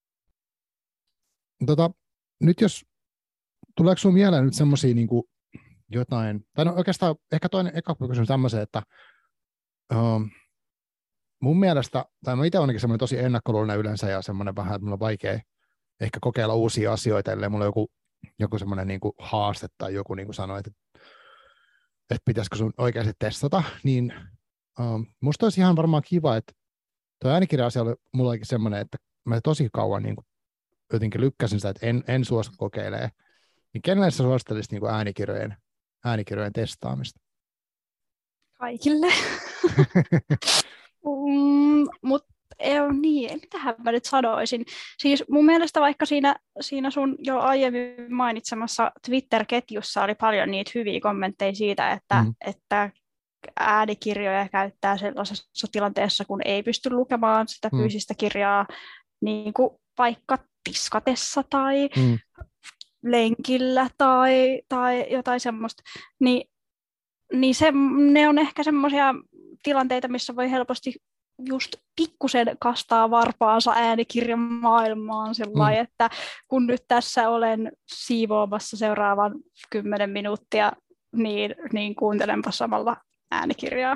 Tota, nyt jos, tuleeko sinulle mieleen nyt semmoisia niin kuin jotain, tai no oikeastaan ehkä toinen eka kysymys tämmöisen, että um, mun mielestä, tai mä itse ainakin semmoinen tosi ennakkoluullinen yleensä ja semmoinen vähän, että mulla on vaikea ehkä kokeilla uusia asioita, ellei mulla on joku, joku semmoinen niin kuin haaste tai joku niin kuin sanoi, että, että pitäisikö sun oikeasti testata, niin um, musta olisi ihan varmaan kiva, että tuo äänikirja-asia oli mulla oikein semmoinen, että mä tosi kauan niin kuin jotenkin lykkäsin sitä, että en, en suostu kokeilemaan. Niin kenelle sä suosittelisit niin kuin äänikirjojen, äänikirjojen testaamista? Kaikille. mm, Mutta ei ole niin, mitähän mä nyt sanoisin. Siis mun mielestä vaikka siinä, siinä sun jo aiemmin mainitsemassa Twitter-ketjussa oli paljon niitä hyviä kommentteja siitä, että, mm. että äänikirjoja käyttää sellaisessa tilanteessa, kun ei pysty lukemaan sitä mm. fyysistä kirjaa, niin kuin vaikka tiskatessa tai mm. lenkillä tai, tai jotain semmoista, niin, niin se, ne on ehkä semmoisia tilanteita, missä voi helposti just pikkusen kastaa varpaansa äänikirjan maailmaan sellainen, mm. että kun nyt tässä olen siivoamassa seuraavan kymmenen minuuttia, niin, niin kuuntelenpa samalla äänikirjaa.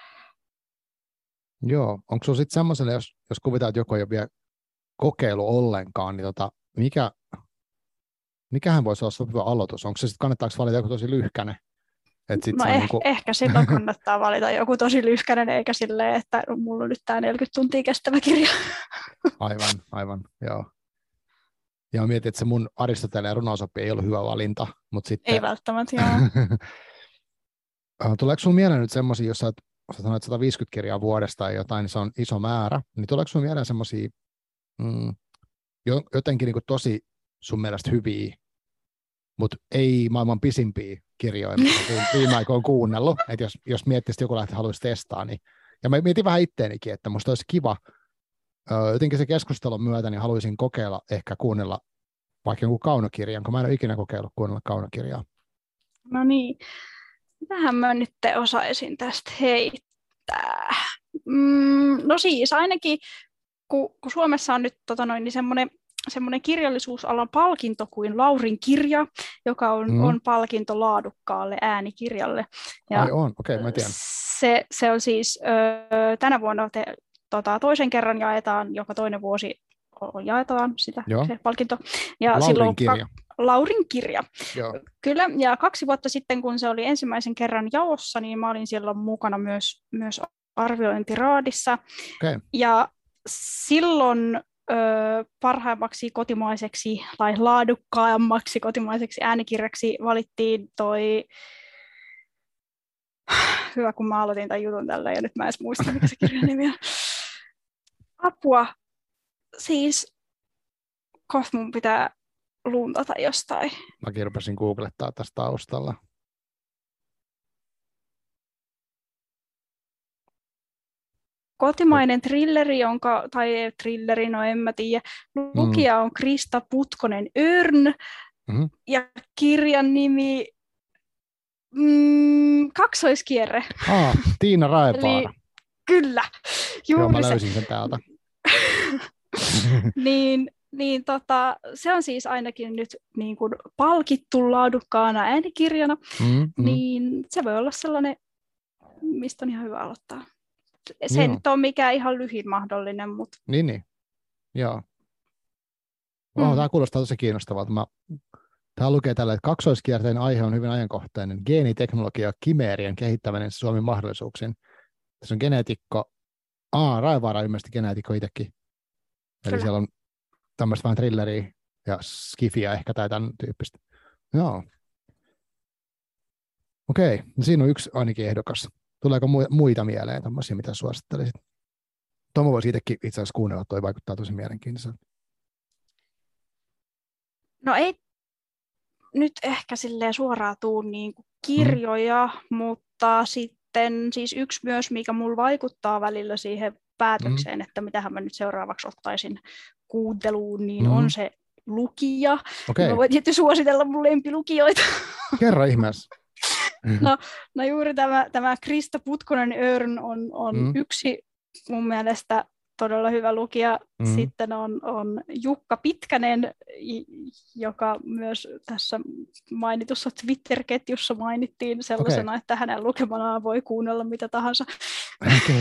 Joo, onko sinulla sitten semmoiselle, jos, jos kuvitaan, että joku ei ole vielä kokeilu ollenkaan, niin tota, mikä, mikähän voisi olla sopiva aloitus? Onko se sitten, kannattaako valita joku tosi lyhkäinen? No eh, niin kuin... ehkä silloin kannattaa valita joku tosi lyhkäinen, eikä silleen, että mulla on nyt tämä neljäkymmentä tuntia kestävä kirja. Aivan, aivan, joo. Ja mietin, että se mun Aristoteleen runousoppi ei ollut hyvä valinta, mutta sitten... Ei välttämättä, joo. Tuleeko sinulla mieleen nyt semmoisia, jos sä sanoit sata viisikymmentä kirjaa vuodesta tai jotain, niin se on iso määrä, niin tuleeko sinulla mieleen semmoisia mm, jotenkin niin kuin tosi sun mielestä hyviä, mutta ei maailman pisimpiä kirjoja, mitä viime aikoina on kuunnellut, että jos, jos miettisi, joku lähtee haluaisi testaa, niin, ja mä mietin vähän itteenikin, että musta olisi kiva, jotenkin se keskustelun myötä, niin haluaisin kokeilla ehkä kuunnella vaikka jonkun kaunokirjan, kun mä en ole ikinä kokeillut kuunnella kaunokirjaa. No niin, mitähän mä nyt osaisin tästä heittää? Mm, no siis ainakin, kun, kun Suomessa on nyt tota noin, niin semmoinen semmoinen kirjallisuusalan palkinto kuin Laurin kirja, joka on, mm. on palkinto laadukkaalle äänikirjalle. Ja Ai on, okei, okay, mä tiedän. Se, se on siis ö, tänä vuonna te, tota, toisen kerran jaetaan, joka toinen vuosi jaetaan sitä se palkinto. Ja Laurin silloin kirja. Ka- Laurin kirja. Joo. Kyllä, ja kaksi vuotta sitten, kun se oli ensimmäisen kerran jaossa, niin mä olin silloin mukana myös, myös arviointiraadissa. Okay. Ja silloin Öö, parhaimmaksi kotimaiseksi tai laadukkaammaksi kotimaiseksi äänikirjaksi valittiin toi, hyvä kun mä aloitin tämän jutun tällä ja nyt mä en edes muista, mikä se kirjan nimi on. Apua, siis kohta mun pitää luntata jostain. Mäkin rupesin googlettaa tästä taustalla. Kotimainen thrilleri, jonka, tai thrilleri, no en mä tiedä. Lukija on Krista Putkonen Örn, mm-hmm. ja kirjan nimi mm, Kaksoiskierre. Ah, Tiina Raevaara. Eli, kyllä, juuri Joo, mä se. löysin sen täältä. niin, niin tota, se on siis ainakin nyt niin kuin palkittu laadukkaana äänikirjana, mm-hmm. niin se voi olla sellainen, mistä on ihan hyvä aloittaa. Se ei nyt ole mikään ihan lyhin mahdollinen, mutta... Niin, niin. Joo. Oh, mm. Tämä kuulostaa tosi kiinnostavalta. Mä... Tämä lukee tällä, että kaksoiskierteen aihe on hyvin ajankohtainen. Geeniteknologia ja kimeerien kehittäminen Suomen mahdollisuuksiin. Tässä on geneetikko... Aa, Raevaara ilmeisesti geneetikko itsekin. Eli Kyllä. Siellä on tämmöistä vähän thrilleria ja skifiä ehkä tai tämän tyyppistä. Joo. Okei, no siinä on yksi ainakin ehdokas. Tuleeko muita mieleen tämmöisiä, mitä suosittelisit? Tomo voisi itsekin itse asiassa kuunnella, toi vaikuttaa tosi mielenkiintoiselta. No ei nyt ehkä silleen suoraan tuu niin kuin kirjoja, mm. mutta sitten siis yksi myös, mikä mulla vaikuttaa välillä siihen päätökseen, mm. että mitähän mä nyt seuraavaksi ottaisin kuunteluun, niin mm. on se lukija. Okay. Mä voin tietysti suositella mun lempilukijoita. Kerro ihmeessä. No, no juuri tämä, tämä Krista Putkonen Örn on, on mm. yksi mun mielestä todella hyvä lukija. Mm. Sitten on, on Jukka Pitkänen, joka myös tässä mainitussa Twitter-ketjussa mainittiin sellaisena, okay. että hänen lukemanaan voi kuunnella mitä tahansa. Okay.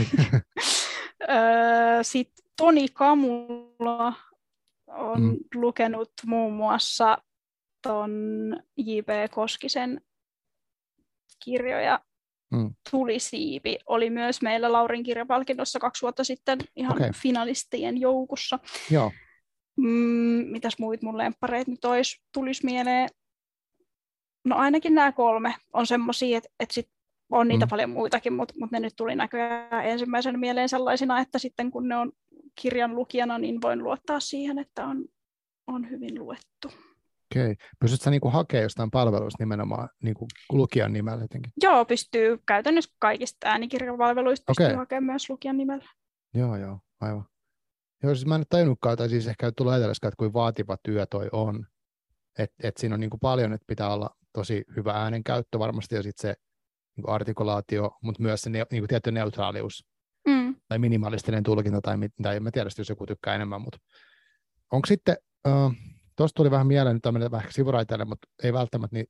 Sitten Toni Kamula on mm. lukenut muun muassa ton J P Koskisen kirjoja. Mm. Tulisiipi oli myös meillä Laurin kirjapalkinnossa kaksi vuotta sitten ihan okay. finalistien joukossa. Joo. Mm, mitäs muut mun lemppareet nyt olisi, tulisi mieleen? No ainakin nämä kolme on semmoisia, että, että sit on niitä mm. paljon muitakin, mutta, mutta ne nyt tuli näköjään ensimmäisen mieleen sellaisina, että sitten kun ne on kirjan lukijana, niin voin luottaa siihen, että on, on hyvin luettu. Okei. Pystytkö sä niinku hakemaan jostain palveluista nimenomaan niinku lukijan nimellä jotenkin? Joo, pystyy käytännössä kaikista äänikirjapalveluista pystyy Okei. hakemaan myös lukijan nimellä. Joo, joo, aivan. Joo, siis mä en tajunnutkaan, tai siis ehkä tulee ajatellessa, että kuin vaativa työ toi on. Että et siinä on niinku paljon, että pitää olla tosi hyvä äänenkäyttö varmasti, ja sitten se niinku artikulaatio, mutta myös se ne, niinku tietty neutraalius, Mm. tai minimalistinen tulkinta, tai, tai en mä tiedä, jos joku tykkää enemmän, mutta onko sitten, äh, tuosta tuli vähän mieleen, nyt on mennyt vähän sivuraiteille, mutta ei välttämättä, niin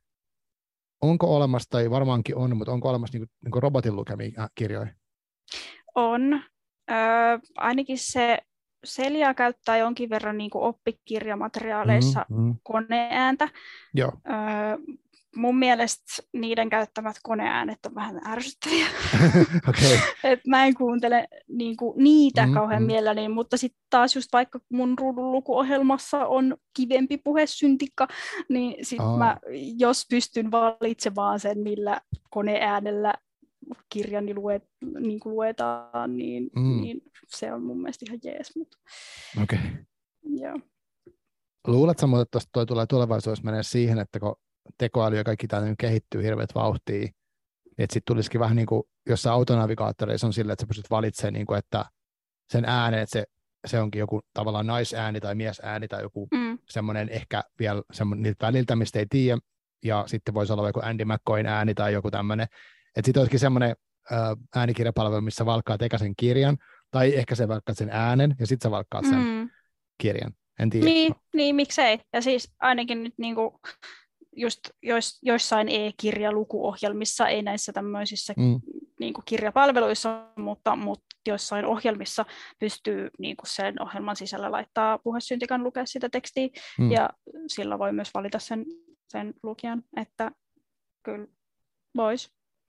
onko olemassa, tai varmaankin on, mutta onko olemassa niinku, niinku robotin lukemia kirjoja? On. Öö, ainakin se Celia käyttää jonkin verran niin kuin oppikirjamateriaaleissa Mm, mm. koneääntä. Joo. Öö, mun mielestä niiden käyttämät koneäänet on vähän ärsyttäviä. Okei. Et mä en kuuntele niin kuin niitä Mm, kauhean mm. mielelläni, mutta sitten taas just vaikka mun ruudunlukuohjelmassa on kivempi puhesyntikka, niin sit Aa. mä, jos pystyn valitsemaan sen, millä koneäänellä kirjani luet, niin kuin luetaan, niin, Mm. niin se on mun mielestä ihan jees. Mutta, Okei. joo. Luuletko muuten, että tuosta toi tulee tulevaisuudessa menee siihen, että kun tekoäly ja kaikki tämä kehittyy hirveät vauhtia, että sitten tulisikin vähän niin kuin jossain autonavigaattoreissa on silleen, että sä pystyt valitsemaan, niin kuin, että sen äänen, että se, se onkin joku tavallaan naisääni tai miesääni tai joku Mm. semmoinen ehkä vielä semmoinen niiltä väliltä, mistä ei tiedä, ja sitten voisi olla joku Andy McCoyn ääni tai joku tämmöinen, että sitten olisikin semmoinen äh, äänikirjapalvelu, missä valkkaat eka sen kirjan, tai ehkä se valkkaat sen äänen, ja sitten sä valkkaat sen Mm. kirjan. En tiedä. Niin, niin, miksei. Ja siis ainakin nyt niinku just jois, joissain e-kirjalukuohjelmissa, ei näissä tämmöisissä Mm. niinku kirjapalveluissa, mutta, mutta joissain ohjelmissa pystyy niinku sen ohjelman sisällä laittaa puhesyntikan lukea sitä tekstiä, Mm. ja sillä voi myös valita sen, sen lukijan, että kyllä voisi.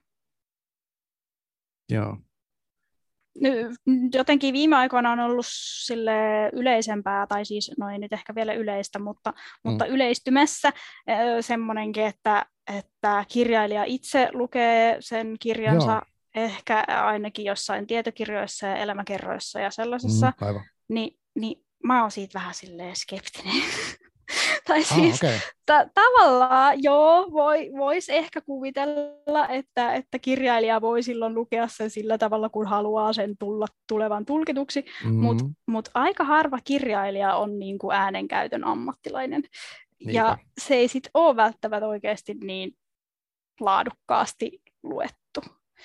Joo. Nyt jotenkin viime aikoina on ollut sille yleisempää, tai siis no ei nyt ehkä vielä yleistä, mutta, mm. mutta yleistymässä semmoinenkin, että, että kirjailija itse lukee sen kirjansa Joo. ehkä ainakin jossain tietokirjoissa ja elämäkerroissa ja sellaisessa, Mm, aivan. niin, niin mä oon siitä vähän silleen skeptinen. Tai Ah, siis okay. ta- tavallaan joo, voi, voisi ehkä kuvitella, että, että kirjailija voi silloin lukea sen sillä tavalla, kun haluaa sen tulla tulevan tulkituksi, Mm. mutta mut aika harva kirjailija on niin kuin äänenkäytön ammattilainen. Niinpä. Ja se ei sitten ole välttämättä oikeasti niin laadukkaasti luettu.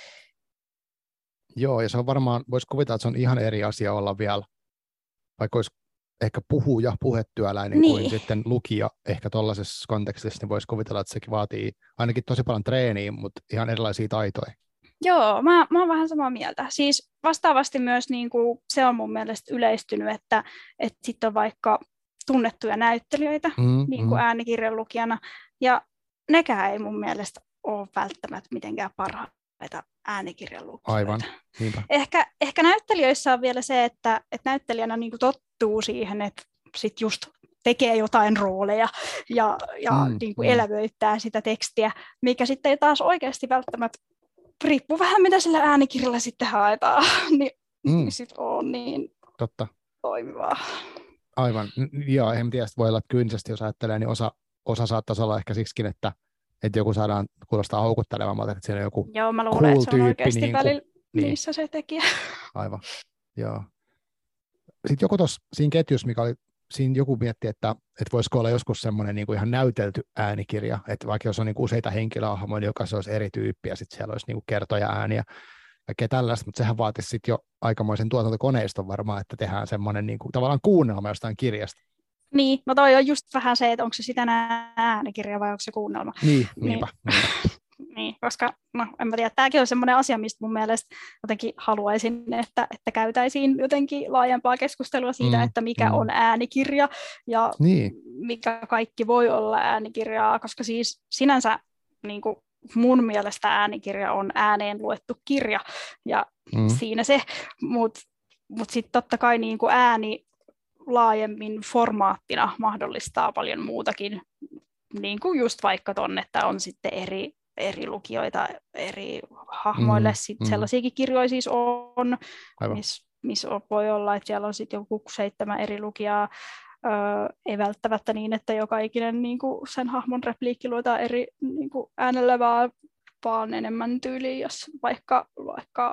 Joo, ja se on varmaan, voisi kuvitella, että se on ihan eri asia olla vielä, vaikka olisi ehkä puhuja, puhetyöläinen niin. kuin sitten lukija ehkä tuollaisessa kontekstissa, niin voisi kuvitella, että sekin vaatii ainakin tosi paljon treeniä, mutta ihan erilaisia taitoja. Joo, mä, mä oon vähän samaa mieltä. Siis vastaavasti myös niin kuin, se on mun mielestä yleistynyt, että, että sitten on vaikka tunnettuja näyttelijöitä Mm, niin kuin mm. äänikirjan lukijana, ja nekään ei mun mielestä ole välttämättä mitenkään parhaita äänikirjan lukijoita. Aivan, niinpä. Ehkä, ehkä näyttelijöissä on vielä se, että, että näyttelijänä niin kuin tottuu siihen, että sit just tekee jotain rooleja ja, ja Mm, niin kuin mm. elävöittää sitä tekstiä, mikä sitten ei taas oikeasti välttämättä, riippuu vähän mitä sillä äänikirjalla sitten haetaan, niin, Mm. niin sitten on niin Totta. toimivaa. Aivan. N- Joo, en tiedä, voi olla, että kyynisesti, jos ajattelee, niin osa, osa saattaisi olla ehkä siksikin, että, että joku saadaan kuulostaa houkuttelevammalta, että siellä on joku Joo, mä luulen, cool että se on tyyppi. oikeasti Niin kuin, välillä niin. niissä se tekijä. Aivan, joo. Sitten joku tuossa siinä ketjussa, mikä oli, siinä joku mietti, että, että voisiko olla joskus semmoinen niin kuin ihan näytelty äänikirja, että vaikka jos on niin kuin useita henkilöhahmoja, niin jokaisessa olisi eri tyyppi, ja sitten siellä olisi niin kuin kertoja ääniä, kaikkea tällaista, mutta sehän vaatisi sitten jo aikamoisen tuotantokoneiston varmaan, että tehdään semmoinen niin kuin, tavallaan kuunnelma jostain kirjasta. Niin, no toi on just vähän se, että onko se sitä äänikirja vai onko se kuunnelma. Niin, niinpä. niinpä. Niin, koska, no en mä tiedä, tämäkin on semmoinen asia, mistä mun mielestä jotenkin haluaisin, että, että käytäisiin jotenkin laajempaa keskustelua siitä, Mm, että mikä mm. on äänikirja ja Niin. mikä kaikki voi olla äänikirjaa, koska siis sinänsä niin kuin mun mielestä äänikirja on ääneen luettu kirja ja Mm. siinä se, mutta mut sitten totta kai niin kuin ääni laajemmin formaattina mahdollistaa paljon muutakin, niin kuin just vaikka ton, että on sitten eri, eri lukijoita eri hahmoille, Mm, sit mm. sellaisiakin kirjoja siis on, Aivan. missä missä voi olla, että siellä on sitten joku seitsemän eri lukijaa, öö, ei välttämättä niin, että joka ikinen niin kuin sen hahmon repliikki luetaan eri niin kuin äänellä, vaan, vaan enemmän tyyliin, jos vaikka, vaikka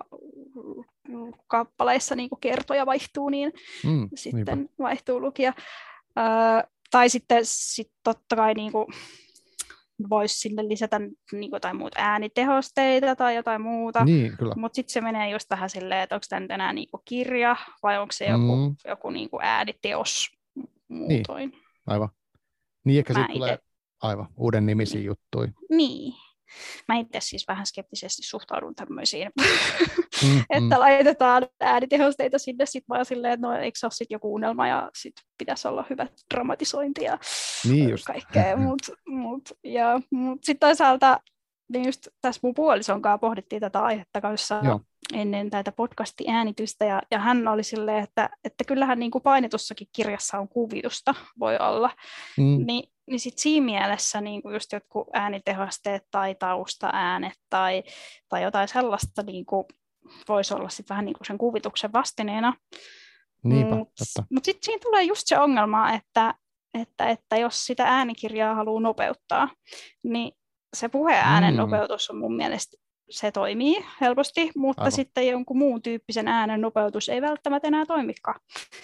kappaleissa niin kuin kertoja vaihtuu, niin mm, sitten niinpä. vaihtuu lukija. Öö, tai sitten sit totta kai niin kuin voisi sinne lisätä niin jotain muuta äänitehosteita tai jotain muuta, Niin, kyllä. mutta sitten se menee just vähän silleen, että onko tämä nyt enää niin kirja vai onko se joku, Mm, joku niin ääniteos niin, muutoin. aivan. Niin ehkä Mä siitä tulee ite, aivan uuden nimisiä niin, juttuja. niin. Mä itse siis vähän skeptisesti suhtaudun tämmöisiin, Mm, että mm. laitetaan äänitehosteita sinne sitten vaan silleen, että no eikö se ole sitten joku unelma ja sitten pitäisi olla hyvä dramatisointi ja Niin just. kaikkea. Mutta mut, mut sitten toisaalta niin just tässä mun puolison kanssa pohdittiin tätä aihetta kanssa Joo. ennen tätä podcasti-äänitystä ja, ja hän oli silleen, että, että kyllähän niin kuin painetussakin kirjassa on kuvitusta, voi olla. Mm. Ni, niin sitten siinä mielessä niin kuin just jotkut äänitehosteet tai taustaäänet tai, tai jotain sellaista niin kuin voisi olla sit vähän niin kuin sen kuvituksen vastineena. Niinpä, Mutta totta. mut sitten siinä tulee just se ongelma, että, että, että jos sitä äänikirjaa haluaa nopeuttaa, niin se puheäänen Mm. nopeutus on mun mielestä, se toimii helposti, mutta Aivan. sitten jonkun muun tyyppisen äänen nopeutus ei välttämättä enää toimikaan.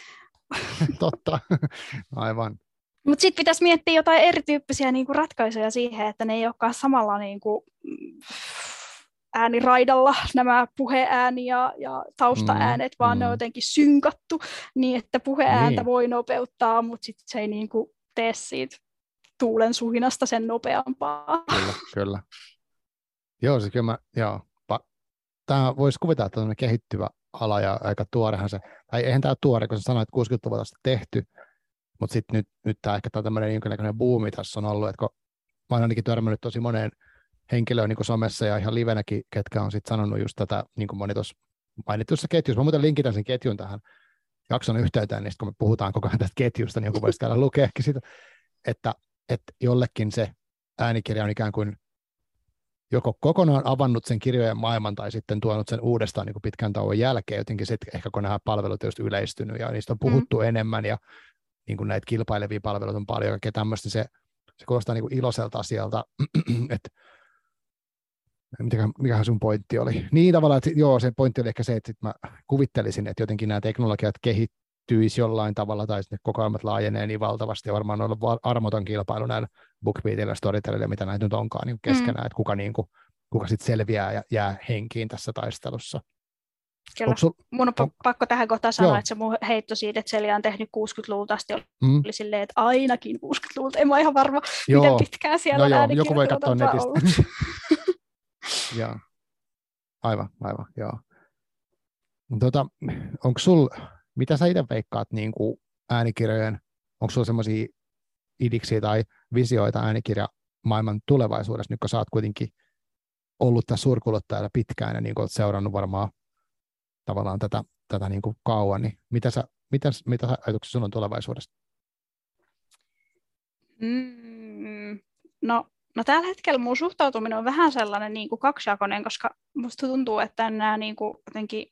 Totta, aivan. Mutta sitten pitäisi miettiä jotain erityyppisiä niinku ratkaisuja siihen, että ne ei olekaan samalla niinku ääniraidalla nämä puheääni ja, ja taustaäänet, Mm, vaan mm. ne on jotenkin synkattu niin, että puheääntä niin. voi nopeuttaa, mutta sitten se ei niinku tee siitä tuulen suhinasta sen nopeampaa. Kyllä, kyllä. Joo, se kyllä mä, joo. Pa- Tämä voisi kuvitella, että on kehittyvä ala ja aika tuorehan se, tai eihän tämä tuore, kun sä sanoit, että kuusikymmentäluvulta asti tehty, mutta sitten nyt, nyt tämä ehkä tämä tämmöinen jonkinlainen buumi tässä on ollut, että kun mä oon ainakin törmännyt tosi moneen henkilöön niin kuin somessa ja ihan livenäkin, ketkä on sitten sanonut just tätä, niin kuin moni tuossa mainitussa ketjussa. Mä muuten linkitän sen ketjun tähän jakson yhteyteen, niin kun me puhutaan koko ajan tästä ketjusta, niin joku voisi käydä lukeekin sitä, että, että jollekin se äänikirja on ikään kuin joko kokonaan avannut sen kirjojen maailman tai sitten tuonut sen uudestaan niin kuin pitkän tauon jälkeen, jotenkin sitten ehkä kun nämä palvelut on just yleistynyt ja niistä on puhuttu mm. enemmän ja niin kuin näitä kilpailevia palveluita on paljon ja tämmöistä, se, se kuulostaa niin kuin iloiselta asialta, että mikähän, mikähän sun pointti oli? Niin tavallaan, että joo, se pointti oli ehkä se, että sit mä kuvittelisin, että jotenkin nämä teknologiat kehittyisi jollain tavalla tai sitten kokoelmat laajenee niin valtavasti ja varmaan on ollut armoton kilpailu näillä BookBeatillä, Storytelillä, mitä näitä nyt onkaan niin keskenään, mm. että kuka, niin kuin, kuka sitten selviää ja jää henkiin tässä taistelussa. Kyllä. Sul... Mun on, on pakko tähän kohtaan sanoa, joo. että se mun heitto siitä, että Celia on tehnyt kuusikymmentäluvulta asti, oli mm. silleen, että ainakin kuusikymmentäluvulta. En mä ihan varma, joo. miten pitkään siellä no äänikirjat joku voi katsoa netistä. Joo. Aivan, aivan, joo. Tota, onko sul, mitä sä itse veikkaat niin kuin äänikirjojen, onko sulla semmoisia idiksiä tai visioita äänikirjamaailman tulevaisuudessa, nyt kun sä oot kuitenkin ollut tässä suurkuluttajalla pitkään ja niin kuin oot seurannut varmaan tavallaan tätä, tätä niin kuin kauan, niin mitä sä, mitä, mitä ajatuksia sun on tulevaisuudesta? Mm, no, no tällä hetkellä mun suhtautuminen on vähän sellainen niin kuin kaksijakoinen, koska musta tuntuu, että nämä niin kuin jotenkin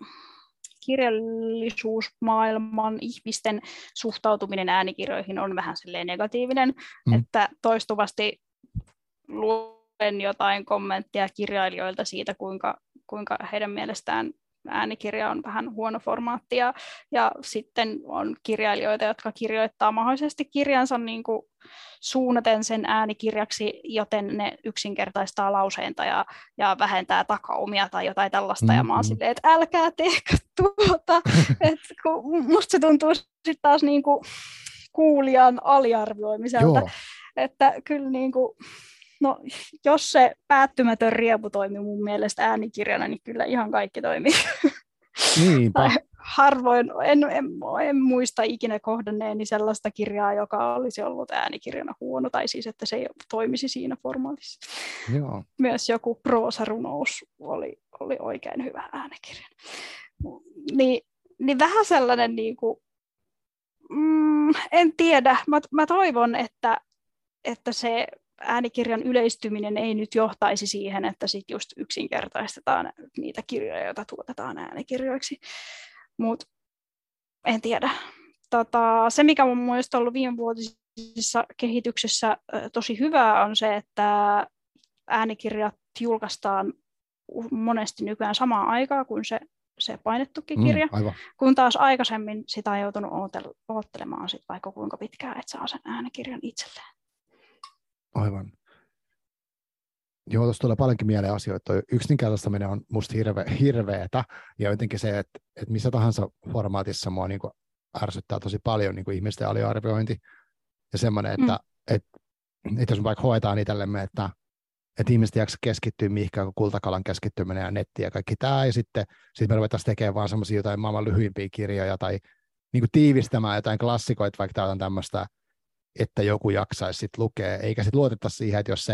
kirjallisuusmaailman ihmisten suhtautuminen äänikirjoihin on vähän silleen negatiivinen, mm. että toistuvasti luen jotain kommenttia kirjailijoilta siitä, kuinka, kuinka heidän mielestään äänikirja on vähän huono formaatti, ja, ja sitten on kirjailijoita, jotka kirjoittaa mahdollisesti kirjansa niin kuin suunnaten sen äänikirjaksi, joten ne yksinkertaistaa lauseenta ja, ja vähentää takaumia tai jotain tällaista, mm-hmm. ja mä oon silleen, että älkää tehkö tuota, että kun musta se tuntuu sitten taas niin kuin kuulijan aliarvioimiselta, Joo. että kyllä niin kuin no, jos se päättymätön riepu toimii mun mielestä äänikirjana, niin kyllä ihan kaikki toimii. Niinpä. Harvoin, en, en, en muista ikinä kohdanneeni sellaista kirjaa, joka olisi ollut äänikirjana huono, tai siis että se ei toimisi siinä formaatissa. Joo. Myös joku proosarunous oli, oli oikein hyvä äänikirja. Ni, niin vähän sellainen, niin kuin, mm, en tiedä, mä, mä toivon, että, että se äänikirjan yleistyminen ei nyt johtaisi siihen, että sit just yksinkertaistetaan niitä kirjoja, joita tuotetaan äänikirjoiksi. Mutta en tiedä. Tota, se, mikä on mielestäni ollut viimevuotisessa kehityksessä tosi hyvää, on se, että äänikirjat julkaistaan monesti nykyään samaan aikaan kuin se, se painettukin Mm, kirja, aivan. kun taas aikaisemmin sitä on joutunut oottelemaan sit vaikka kuinka pitkään, että saa sen äänikirjan itselleen. Aivan. Joo, tuossa tulee paljonkin mieleen asioita. Yksinkertaistaminen on musta hirve, hirveetä, ja jotenkin se, että, että missä tahansa formaatissa mua niin kuin ärsyttää tosi paljon niin kuin ihmisten aliarviointi, ja semmoinen, että, mm. että, että jos me vaikka hoetaan itsellemme, että, että ihmiset jaksa keskittyä mihinkään, kun kultakalan keskittyminen ja netti ja kaikki tämä, ja sitten, sitten me ruvetaan tekemään vaan semmoisia jotain maailman lyhyimpiä kirjoja, tai niin kuin tiivistämään jotain klassikoita, vaikka tämä on tämmöistä, että joku jaksaisi sitten lukea, eikä sitten luotettaisi siihen, että jos se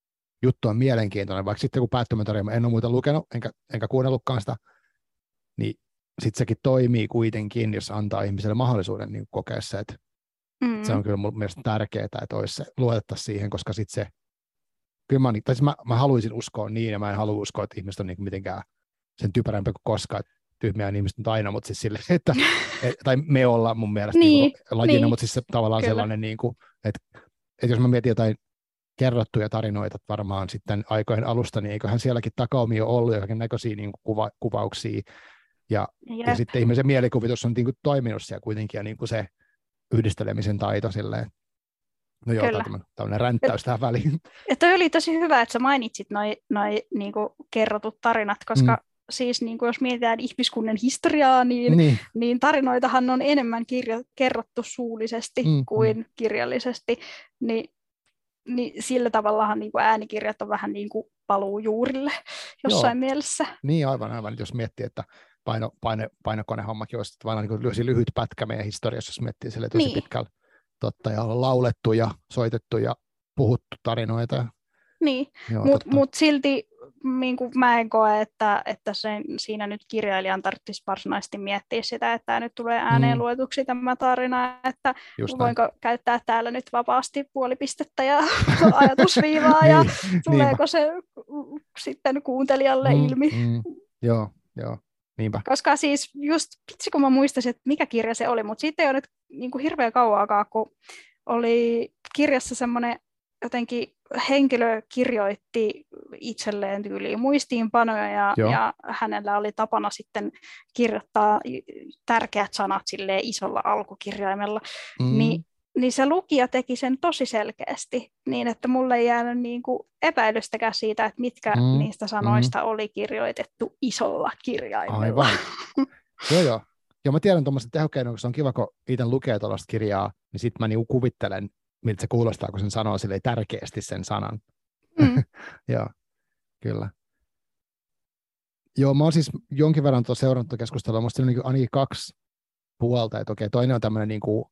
juttu on mielenkiintoinen, vaikka sitten kun päättömätarjoma en ole muuta lukenut, enkä, enkä kuunnellutkaan sitä, niin sitten sekin toimii kuitenkin, jos antaa ihmiselle mahdollisuuden niin kokea se, että mm. se on kyllä mun mielestä tärkeää, että olisi se luotettaisiin siihen, koska sitten se, kyllä mä, tai siis mä, mä haluaisin uskoa niin, ja mä en halua uskoa, että ihmiset on niin mitenkään sen typerämpi kuin koskaan, että tyhmiä ihmiset on aina, mutta siis silleen, että, et, tai me ollaan mun mielestä niin, niin kuin lajina, niin. Mutta siis se tavallaan kyllä. Sellainen, niin kuin, että, että jos mä mietin jotain kerrottuja tarinoita varmaan sitten aikojen alusta, niin eiköhän sielläkin takaumi ole ollut jokin näköisiä niin kuin kuva, kuvauksia, ja, ja sitten ihmisen mielikuvitus on niin kuin toiminut siellä kuitenkin, ja niin kuin se yhdistelemisen taito silleen. No joo, tämä on tämmöinen ränttäys tähän väliin. Ja toi oli tosi hyvä, että sä mainitsit noi, noi niin kuin kerrotut tarinat, koska mm. siis niin kuin jos mietitään ihmiskunnan historiaa, niin, niin. niin tarinoitahan on enemmän kirjo, kerrottu suullisesti mm. kuin kirjallisesti, niin niin sillä tavallahan niin kuin äänikirjat on vähän niin kuin paluu juurille jossain Joo. mielessä. Niin aivan, aivan. Jos miettii, että paino, paino, painokonehommakin olisi vain niin kuin lyhyt pätkä meidän historiassa, jos miettii sille tosi niin. pitkällä totta, ja on laulettu ja soitettu ja puhuttu tarinoita. Niin, mutta mut silti niin kuin mä en koe, että, että sen, siinä nyt kirjailijan tarvitsisi varsinaisesti miettiä sitä, että tämä nyt tulee ääneen mm. luetuksi tämä tarina, että Just voinko näin. käyttää täällä nyt vapaasti puolipistettä ja ajatusviivaa niin, ja tuleeko niinpä. se sitten kuuntelijalle mm, ilmi. Mm, joo, joo, niinpä. Koska siis just, vitsi kun mä muistaisin, että mikä kirja se oli, mutta siitä ei ole nyt niin kuin hirveän kauaakaan, kun oli kirjassa semmoinen jotenkin henkilö kirjoitti itselleen tyyliin muistiinpanoja ja, ja hänellä oli tapana sitten kirjoittaa tärkeät sanat silleen isolla alkukirjaimella, mm. Ni, niin se lukija teki sen tosi selkeästi niin, että mulle ei jäänyt niin kuin epäilystäkään siitä, että mitkä mm. niistä sanoista mm. oli kirjoitettu isolla kirjaimella. Aivan. joo joo. Ja mä tiedän tuommoisen tehokkein, kun se on kiva, kun itse lukee tuollaista kirjaa, niin sitten mä niinku kuvittelen, miltä se kuulostaa, kun sen sanoo silleen tärkeästi sen sanan. Mm. Joo, kyllä. Joo, mä oon siis jonkin verran tuossa seurannut keskustelua. Musta siinä on niin ainakin kaksi puolta. Että okei, toinen on tämmöinen niin kuin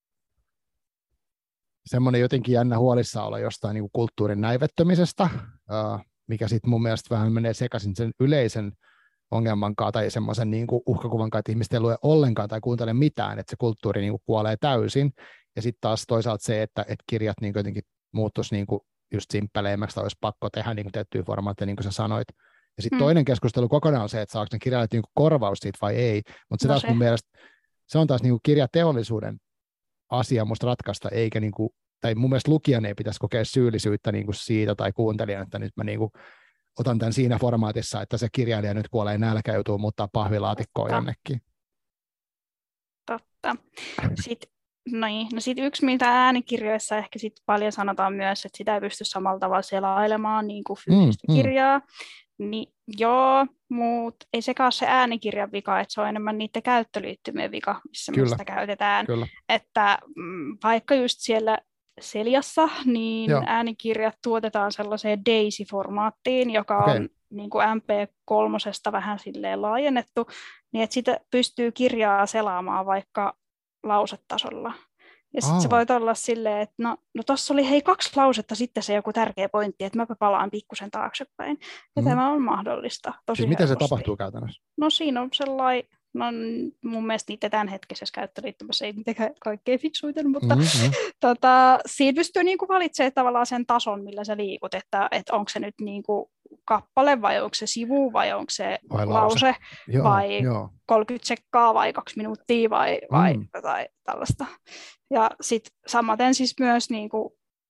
semmoinen jotenkin jännä huolissaolo jostain niin kuin kulttuurin näivettymisestä, uh, mikä sitten mun mielestä vähän menee sekaisin sen yleisen ongelmankaan tai semmoisen niin kuin uhkakuvankaan, että ihmiset ei lue ollenkaan tai kuuntele mitään, että se kulttuuri niin kuin kuolee täysin. Ja sitten taas toisaalta se, että, että kirjat niin jotenkin muuttuisi niin kuin just simppeleimmäksi tai olisi pakko tehdä niin kuin tiettyjä formaatteja, niin kuin sä sanoit. Ja sitten hmm. toinen keskustelu kokonaan on se, että saako ne kirjailijat niin kuin korvaus siitä vai ei. Mutta se no taas se. mun mielestä, se on taas niin kuin kirjateollisuuden asia musta ratkaista, eikä niin kuin, tai mun mielestä lukijan ei pitäisi kokea syyllisyyttä niin kuin siitä tai kuuntelijan, että nyt mä niin kuin otan tämän siinä formaatissa, että se kirjailija nyt kuolee nälkä, joutuu muuttaa pahvilaatikkoon Totta. jonnekin. Totta. Sitten Noin. No sitten yksi, mitä äänikirjoissa ehkä sit paljon sanotaan myös, että sitä ei pysty samalla tavalla selailemaan niin kuin fyysistä mm, kirjaa. Mm. Niin joo, mutta ei sekaan se äänikirjan vika, että se on enemmän niiden käyttöliittymien vika, missä Kyllä. sitä käytetään. Kyllä. Että mm, vaikka just siellä Seliassa, niin joo. äänikirjat tuotetaan sellaiseen DAISY-formaattiin, joka okay. on niin kuin M P kolme vähän silleen laajennettu, niin että sitä pystyy kirjaa selaamaan vaikka lausetasolla. Ja sitten se voi olla silleen, että no, no tuossa oli hei kaksi lausetta sitten se joku tärkeä pointti, että mäpä palaan pikkusen taaksepäin. Ja mm. tämä on mahdollista tosi siis miten se tapahtuu käytännössä? No siinä on sellainen, no mun mielestä niitä tämänhetkisessä käyttöliittymässä ei mitenkään kaikkein fiksuiten, mutta mm-hmm. tota, siinä pystyy niinku valitsemaan tavallaan sen tason, millä sä liikut, että, että onko se nyt niinku kappale vai onko se sivu vai onko se vai lause, lause joo, vai joo. kolmekymmentä sekkaa vai kaksi minuuttia vai, vai Mm. jotain tällaista. Ja sitten samaten siis myös niin kuin,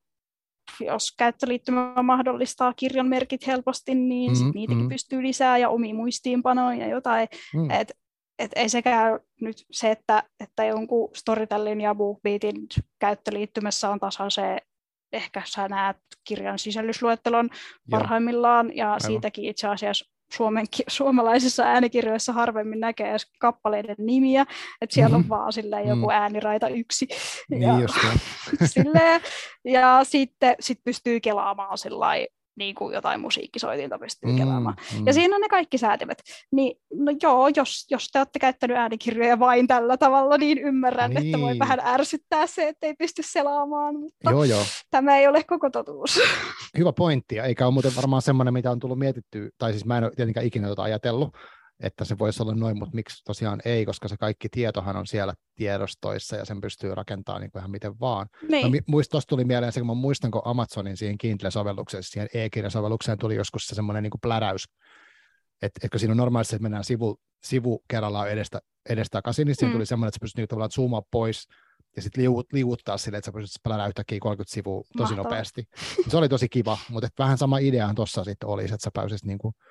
jos käyttöliittymä mahdollistaa kirjan merkit helposti, niin sit Mm, niitäkin mm, pystyy lisää ja omiin muistiinpanoja ja jotain. mm. Et, et ei sekään nyt se, että, että jonkun Storytelin ja BookBeatin käyttöliittymässä on tasan se, ehkä sä näet kirjan sisällysluettelon parhaimmillaan, ja Aivan. siitäkin itse asiassa Suomen, suomalaisissa äänikirjoissa harvemmin näkee edes kappaleiden nimiä, että siellä on vaan silleen joku ääniraita yksi. Niin ja, just silleen, ja sitten sit pystyy kelaamaan sillai, niin kuin jotain musiikkisoitinta pystyy Mm, kelaamaan. mm. Ja siinä on ne kaikki säätimet. Niin, no joo, jos, jos te olette käyttänyt äänikirjoja vain tällä tavalla, niin ymmärrän, Niin. että voi vähän ärsyttää se, että ei pysty selaamaan, mutta Joo, joo. tämä ei ole koko totuus. Hyvä pointti, eikä ole muuten varmaan semmoinen, mitä on tullut mietittyä, tai siis mä en ole tietenkään ikinä tota ajatellut, että se voisi olla noin, mutta miksi tosiaan ei, koska se kaikki tietohan on siellä tiedostoissa ja sen pystyy rakentamaan niin kuin ihan miten vaan. Niin. No, muist, tuossa tuli mieleen se, kun mä muistan, kun Amazonin siihen Kindle-sovellukseen, siihen e-kirjasovellukseen tuli joskus se semmoinen niin kuin pläräys, että etkö siinä on normaalisti, että mennään sivu, sivu kerrallaan edestä, edestä takaisin, niin siinä mm. tuli semmoinen, että sä pystyt tavallaan zoomaa pois ja sitten liuut, liuuttaa silleen, että sä pystyt pläräyttää yhtäkkiä kolmekymmentä sivua tosi Mahtavaa. nopeasti. Se oli tosi kiva, mutta vähän sama ideahan tuossa sitten olisi, että sä pääsisit niin kuin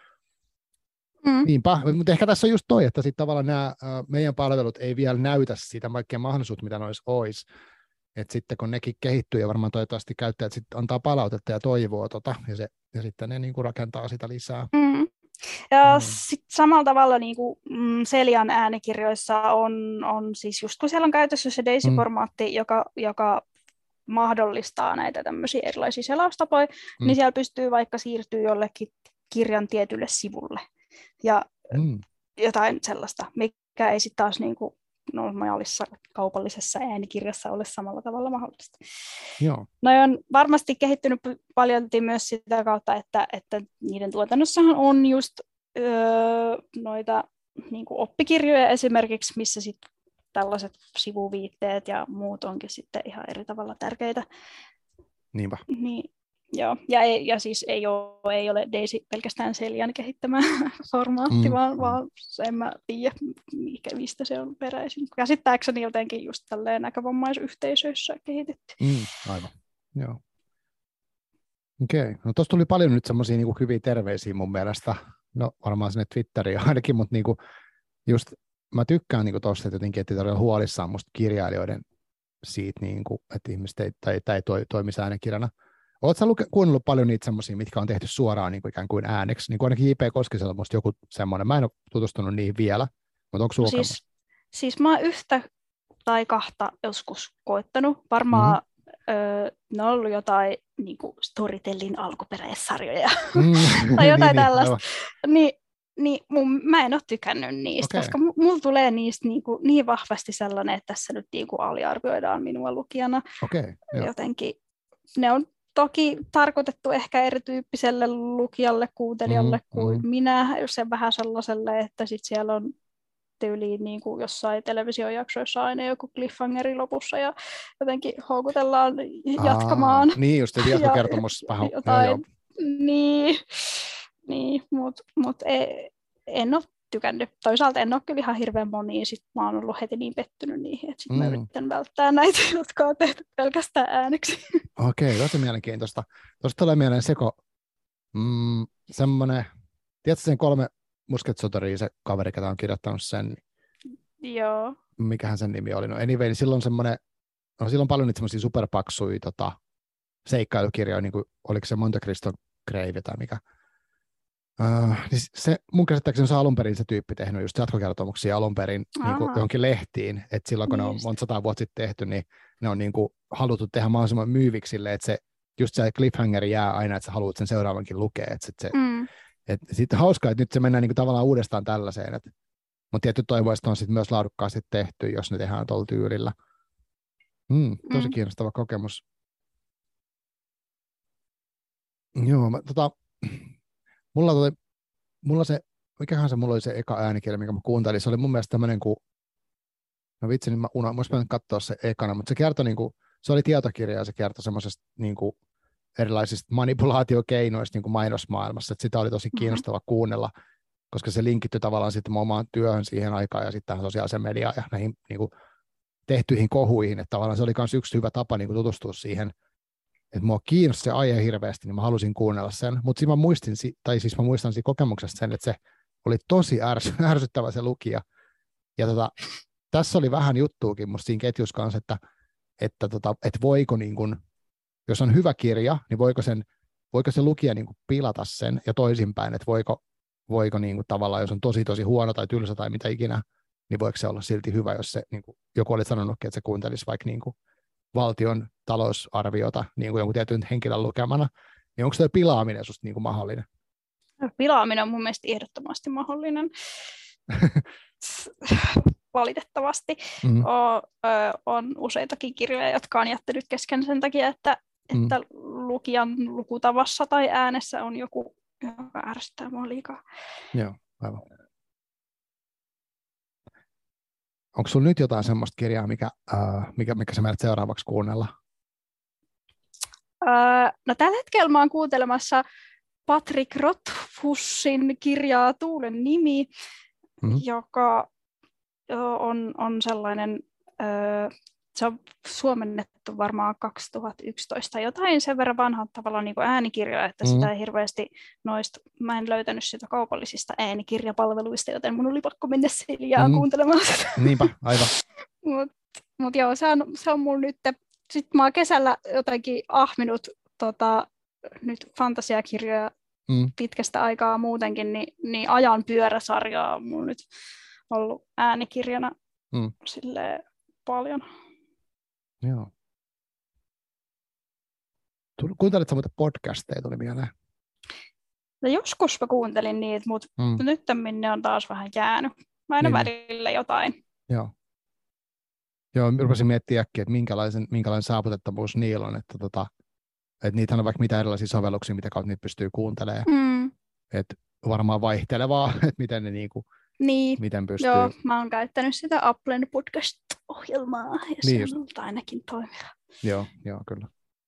Mm. Niinpä, mutta ehkä tässä on just toi, että sitten tavallaan nämä meidän palvelut ei vielä näytä sitä kaikkea mahdollisuutta, mitä noissa olisi. Että sitten kun nekin kehittyy ja varmaan toivottavasti käyttäjät sitten antaa palautetta ja toivoa tota, ja, se, ja sitten ne niinku rakentaa sitä lisää. Mm. Ja Mm. sitten samalla tavalla niin kuin mm, Celian äänikirjoissa on, on siis just kun siellä on käytössä se Daisy-formaatti, mm. joka, joka mahdollistaa näitä tämmöisiä erilaisia selaustapoja, mm. niin siellä pystyy vaikka siirtyä jollekin kirjan tietylle sivulle. Ja mm. jotain sellaista, mikä ei sitten taas niin kuin normaalissa kaupallisessa äänikirjassa ole samalla tavalla mahdollista. Joo. No on varmasti kehittynyt paljon myös sitä kautta, että, että niiden tuotannossahan on just öö, noita niin kuin oppikirjoja esimerkiksi, missä sitten tällaiset sivuviitteet ja muut onkin sitten ihan eri tavalla tärkeitä. Niinpä. Niin. Joo, ja, ei, ja siis ei ole, ei ole Daisy pelkästään Celian kehittämä formaatti, mm. vaan, vaan en mä tiedä, mikä, mistä se on peräisin. Käsittääkseni jotenkin just tälleen näkövammaisyhteisöissä kehitetty. Mm, aivan, joo. Okei, okay. No tuossa tuli paljon nyt semmoisia niinku hyviä terveisiä mun mielestä. No varmaan sinne Twitteriin ainakin, mutta niinku just mä tykkään niinku tuosta, että jotenkin, että ei huolissaan musta kirjailijoiden siitä, niinku, että ihmiset ei, tai, tai toi, toimisi äänikirjana. Oletko luke, kuunnellut paljon niitä semmoisia, mitkä on tehty suoraan niin kuin ikään kuin ääneksi? Niin kuin ainakin J P Koskisella musta joku semmoinen. Mä en ole tutustunut niihin vielä, mutta onko sulla siis, siis mä oon yhtä tai kahta joskus koettanut. Varmaan mm-hmm. öö, ne on ollut jotain niin kuin Storytelin alkuperäissarjoja mm, tai jotain niin, tällaista. Niin, niin, niin mun, mä en ole tykännyt niistä, okay. koska mulla tulee niistä niin, kuin, niin vahvasti sellainen, että tässä nyt niin kuin aliarvioidaan minua lukijana. Okay, jotenkin ne on toki tarkoitettu ehkä erityyppiselle lukijalle, kuuntelijalle mm, kuin mm. minä, se vähän sellaiselle, että sit siellä on tyyliin niin kuin jossain televisiojaksoissa aina joku cliffhangeri lopussa ja jotenkin houkutellaan Aa, jatkamaan. Niin, just se jatkokertomus vähän. Jotain, joo, joo. Niin, niin mutta mut en ole tykännyt. Toisaalta en ole kyllä ihan hirveän monia, sit mä oon ollut heti niin pettynyt niihin, että sit mm. mä yritän välttää näitä, jotka on tehty pelkästään ääneksi. Okei, tosi mielenkiintoista. Tuosta tulee mieleen seko, mm, semmoinen, tiedätkö sen kolme musketsotaria, se kaveri, joka on kirjoittanut sen? Joo. Mikähän sen nimi oli? No anyway, niin silloin semmoinen, no silloin paljon niitä semmoisia superpaksuja tota, seikkailukirjoja, niin kuin, oliko se Monte Cristo Grave tai mikä? Uh, niin se, mun käsittääkseni se alun perin se tyyppi tehnyt just jatkokertomuksia alun perin niin kuin johonkin lehtiin, että silloin kun niin ne on monta sataa vuotta sitten tehty, niin ne on niin kuin haluttu tehdä mahdollisimman myyviksille, että se, just se cliffhangeri jää aina, että sä haluat sen seuraavankin lukea. Että se, mm. et, sitten hauskaa, että nyt se mennään niin kuin tavallaan uudestaan tällaiseen, että, mutta tietty toivoista on sitten myös laadukkaasti tehty, jos ne tehdään tuolla tyylillä. Mm, tosi mm. kiinnostava kokemus. Joo, mä, tota, Mulla, tuli, mulla se, mikähän se mulla oli se eka äänikirja, mikä mä kuuntelin, se oli mun mielestä tämmöinen kuin, no vitsi, niin mä unohdin, mä olisin katsoa se ekana, mutta se kertoi niin kuin, se oli tietokirja ja se kertoi semmoisesta niin kuin erilaisista manipulaatiokeinoista niin kuin mainosmaailmassa, että sitä oli tosi kiinnostava mm-hmm. kuunnella, koska se linkittyi tavallaan sitten mun omaan työhön siihen aikaan ja sitten tähän sosiaalisen mediaan ja näihin niin kuin tehtyihin kohuihin, että tavallaan se oli myös yksi hyvä tapa niin kuin tutustua siihen, että mua kiinnosti se aihe hirveästi, niin mä halusin kuunnella sen, mutta mä muistin, tai siis mä muistan siitä kokemuksesta sen, että se oli tosi ärs, ärsyttävä se lukija, ja tota, tässä oli vähän juttuukin musta siinä ketjussa kanssa, että, että, tota, että voiko niin kuin, jos on hyvä kirja, niin voiko, sen, voiko se lukija niin kuin pilata sen ja toisinpäin, että voiko, voiko niin kuin tavallaan, jos on tosi tosi huono tai tylsä tai mitä ikinä, niin voiko se olla silti hyvä, jos se, niin kuin joku oli sanonutkin, että se kuuntelisi vaikka niin kuin valtion talousarviota niin kuin jonkun tietyn henkilön lukemana, niin onko se pilaaminen susta niin kuin mahdollinen? Pilaaminen on mun mielestä ehdottomasti mahdollinen. Valitettavasti. Mm-hmm. O, ö, on useitakin kirjoja, jotka on jättänyt kesken sen takia, että, mm. että lukijan lukutavassa tai äänessä on joku, joka ärsyttää mua liikaa. Joo, aivan. Onko sulla nyt jotain semmoista kirjaa, mikä, äh, mikä, mikä sä menet seuraavaksi kuunnella? Öö, no tällä hetkellä mä oon kuuntelemassa Patrick Rothfussin kirjaa Tuulen nimi, mm-hmm. joka on, on sellainen, öö, se on suomennettu varmaan kaksituhattayksitoista jotain sen verran vanha tavallaan niin kuin äänikirjoja, että mm-hmm. sitä ei hirveästi noista, mä en löytänyt sitä kaupallisista äänikirjapalveluista, joten mun oli pakko mennä Siljaan mm-hmm. kuuntelemaan sitä. Niinpä, aivan. Mutta mut joo, se on, se on mulla nyt, sitten mä oon kesällä jotenkin ahminut tota, nyt fantasiakirjoja mm. pitkästä aikaa muutenkin, niin, niin Ajan pyöräsarjaa on mulla nyt ollut äänikirjana mm. silleen paljon. Joo. Kuuntelitko muuten podcasteja, tuli mieleen? No joskus mä kuuntelin niitä, mutta mm. nyt ne on taas vähän jäänyt. Mä aina niin. välillä jotain. Joo. Joo, rupesin miettimään äkkiä, että minkälaisen, minkälainen saavutettavuus niillä on, että, tota, että niitähän on vaikka mitä erilaisia sovelluksia, mitä kautta niitä pystyy kuuntelemaan. Mm. Että varmaan vaihtelevaa, että miten ne niinku, niin. miten pystyy. Joo, mä oon käyttänyt sitä Applen podcast-ohjelmaa, ja se niin on ollut ainakin toimiva. Joo, joo, kyllä.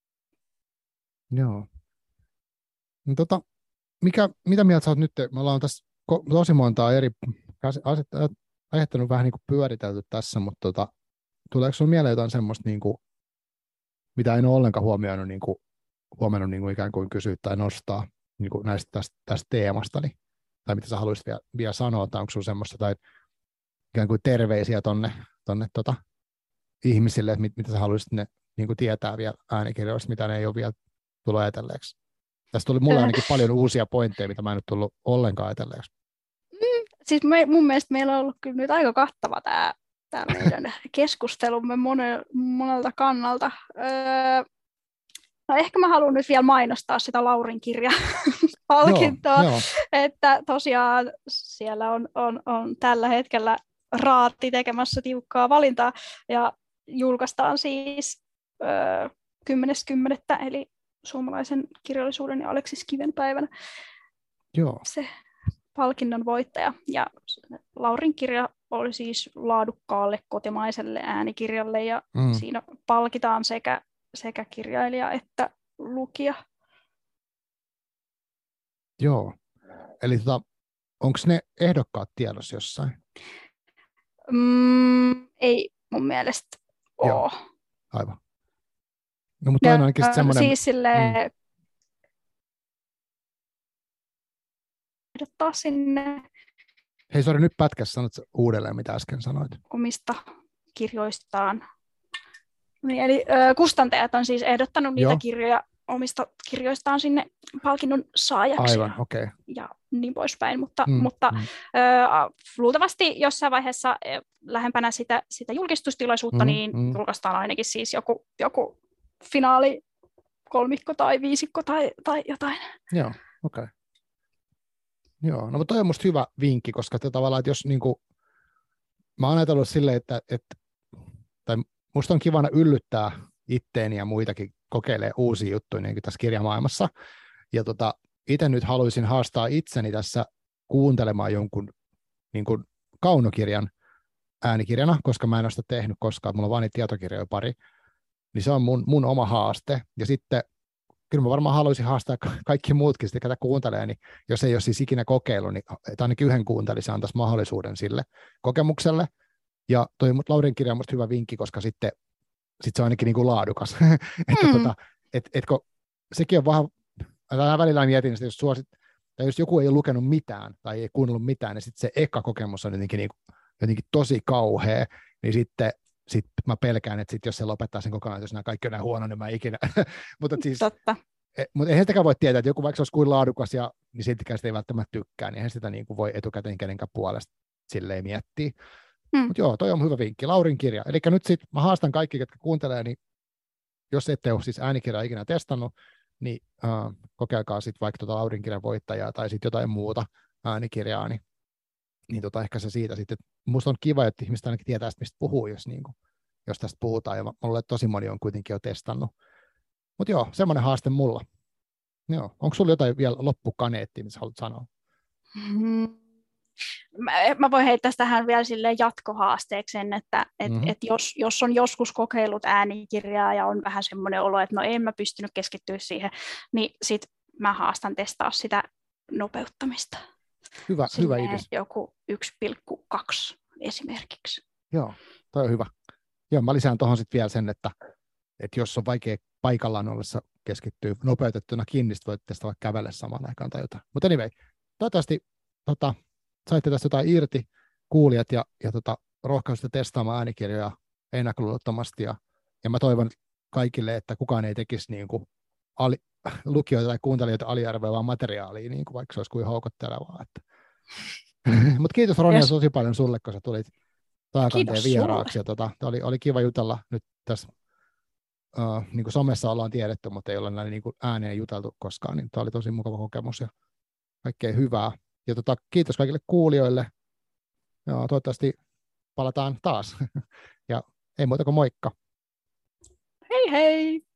Joo. No, tota, mikä, mitä mieltä sä oot nyt? Me ollaan tässä tosi montaa eri ajattelun vähän niin kuin pyöritelty tässä, mutta tota, tuleeko sinulle mieleen jotain semmoista, niin kuin, mitä en ole ollenkaan huomioinut, niin kuin, huomioinut niin kuin ikään kuin kysyä tai nostaa niin kuin näistä, tästä, tästä teemasta, niin, tai mitä sä haluaisit vielä, vielä sanoa, tai onko sinulla semmoista tai ikään kuin terveisiä tonne, tonne tota, ihmisille, että mit, mitä sä haluaisit ne niin kuin tietää vielä äänikirjoista, mitä ne ei ole vielä tullut ajatelleeksi. Tässä tuli mulle ainakin paljon uusia pointteja, mitä mä en nyt tullut ollenkaan ajatelleeksi. Mm, siis me, mun mielestä meillä on ollut kyllä nyt aika kattava tämä tämä meidän keskustelumme monelta kannalta. Öö, no ehkä mä haluan nyt vielä mainostaa sitä Laurin kirjapalkintoa, joo, joo. Että tosiaan siellä on, on, on tällä hetkellä Raatti tekemässä tiukkaa valintaa, ja julkaistaan siis öö, kymmenes kymmenettä eli suomalaisen kirjallisuuden ja Aleksis Kiven päivänä joo. se palkinnon voittaja. Ja Laurin kirja oli siis laadukkaalle kotimaiselle äänikirjalle, ja mm. siinä palkitaan sekä, sekä kirjailija että lukija. Joo. Eli tota, onko ne ehdokkaat tiedossa jossain? Mm, ei mun mielestä ole. Aivan. No, mutta on ainakin ja, semmoinen... Siis silleen... Mm. ehdottaa sinne... Hei, sori, nyt pätkässä sanot uudelleen, mitä äsken sanoit. Omista kirjoistaan. Niin, eli ö, kustantajat on siis ehdottanut niitä Joo. kirjoja omista kirjoistaan sinne palkinnon saajaksi. Aivan, okei. Okay. Ja niin poispäin, mutta, mm, mutta mm. Ö, luultavasti jossain vaiheessa lähempänä sitä, sitä julkistustilaisuutta, mm, niin mm. julkaistaan ainakin siis joku, joku finaali, kolmikko tai viisikko tai, tai jotain. Joo, okei. Okay. Joo, no mutta toi on musta hyvä vinkki, koska te tavallaan, että jos niinku, mä oon ajatellut silleen, että, että tai musta on kivana yllyttää itteeni ja muitakin kokeilemaan uusia juttuja niin kuin tässä kirjamaailmassa, ja tota, itse nyt haluaisin haastaa itseni tässä kuuntelemaan jonkun niin kuin kaunokirjan äänikirjana, koska mä en ole sitä tehnyt koskaan, mulla on vain niitä tietokirjoja pari, niin se on mun, mun oma haaste, ja sitten kyllä mä varmaan haluaisin haastaa kaikki muutkin, sitten ketä kuuntelee, niin jos ei ole siis ikinä kokeillut, niin että ainakin yhden kuuntelisi antaisi mahdollisuuden sille kokemukselle. Ja toi Laurin kirja on musta hyvä vinkki, koska sitten sit se on ainakin niin kuin laadukas. että Mm. tota, et, et, kun, sekin on vähän, välillä mietin, että jos, suosit, tai jos joku ei ole lukenut mitään tai ei kuunnellut mitään, niin sitten se eka kokemus on jotenkin, niin kuin, jotenkin tosi kauhea, niin sitten sit mä pelkään, että sit jos se lopettaa sen kokonaan, jos nämä kaikki on näin huono, niin mä ikinä. mutta siis, Totta. e, mutta eihän sitäkään voi tietää, että joku vaikka se olisi kuin laadukas ja niin siltikään sitä ei välttämättä tykkää, niin eihän sitä niin kuin voi etukäteen kenenkään puolesta silleen miettiä. Mm. Mutta joo, toi on hyvä vinkki. Laurin kirja. Eli nyt sitten mä haastan kaikki, jotka kuuntelee, niin jos ette ole siis äänikirjaa ikinä testannut, niin äh, kokeilkaa sitten vaikka tuota Laurin kirjan voittajaa tai sitten jotain muuta äänikirjaa, niin, niin tota, ehkä se siitä sitten. Musta on kiva, että ihmiset ainakin tietää, mistä puhuu, jos, niin kuin, jos tästä puhutaan, ja mulle tosi moni on kuitenkin jo testannut. Mutta joo, semmoinen haaste mulla. Joo. Onko sulla jotain vielä loppukaneettia, mitä haluat sanoa? Mm. Mä, mä voin heittää tähän vielä silleen jatkohaasteeksi sen, että et, Mm-hmm. et jos, jos on joskus kokeillut äänikirjaa ja on vähän semmoinen olo, että no en mä pystynyt keskittyä siihen, niin sit mä haastan testaa sitä nopeuttamista. Hyvä, hyvä idea. Joku yksi pilkku kaksi esimerkiksi. Joo, toi on hyvä. Joo, mä lisään tuohon sitten vielä sen, että, että jos on vaikea paikallaan ollessa keskittyä nopeutettuna kiinni, niin voit testaa vaikka kävellä samaan aikaan tai jotain. Mutta anyway, toivottavasti tota, saitte tästä jotain irti, kuulijat, ja, ja tota, rohkaisusta testaamaan äänikirjoja ennakkoluulottomasti. Ja, ja mä toivon kaikille, että kukaan ei tekisi niin kuin ali, lukijoita tai kuuntelijoita aliarvoivaa materiaalia, niin kuin vaikka se olisi kuin houkuttelevaa. Mutta kiitos Ronja yes. tosi paljon sulle, kun sä tulit Taakanteen vieraaksi. Ja tota, oli, oli kiva jutella nyt tässä. Uh, niin kuin somessa ollaan tiedetty, mutta ei olla näin niin kuin ääneen juteltu koskaan, niin tämä oli tosi mukava kokemus ja kaikkea hyvää. Ja tota, kiitos kaikille kuulijoille. Ja toivottavasti palataan taas. Ja ei muuta kuin moikka. Hei hei!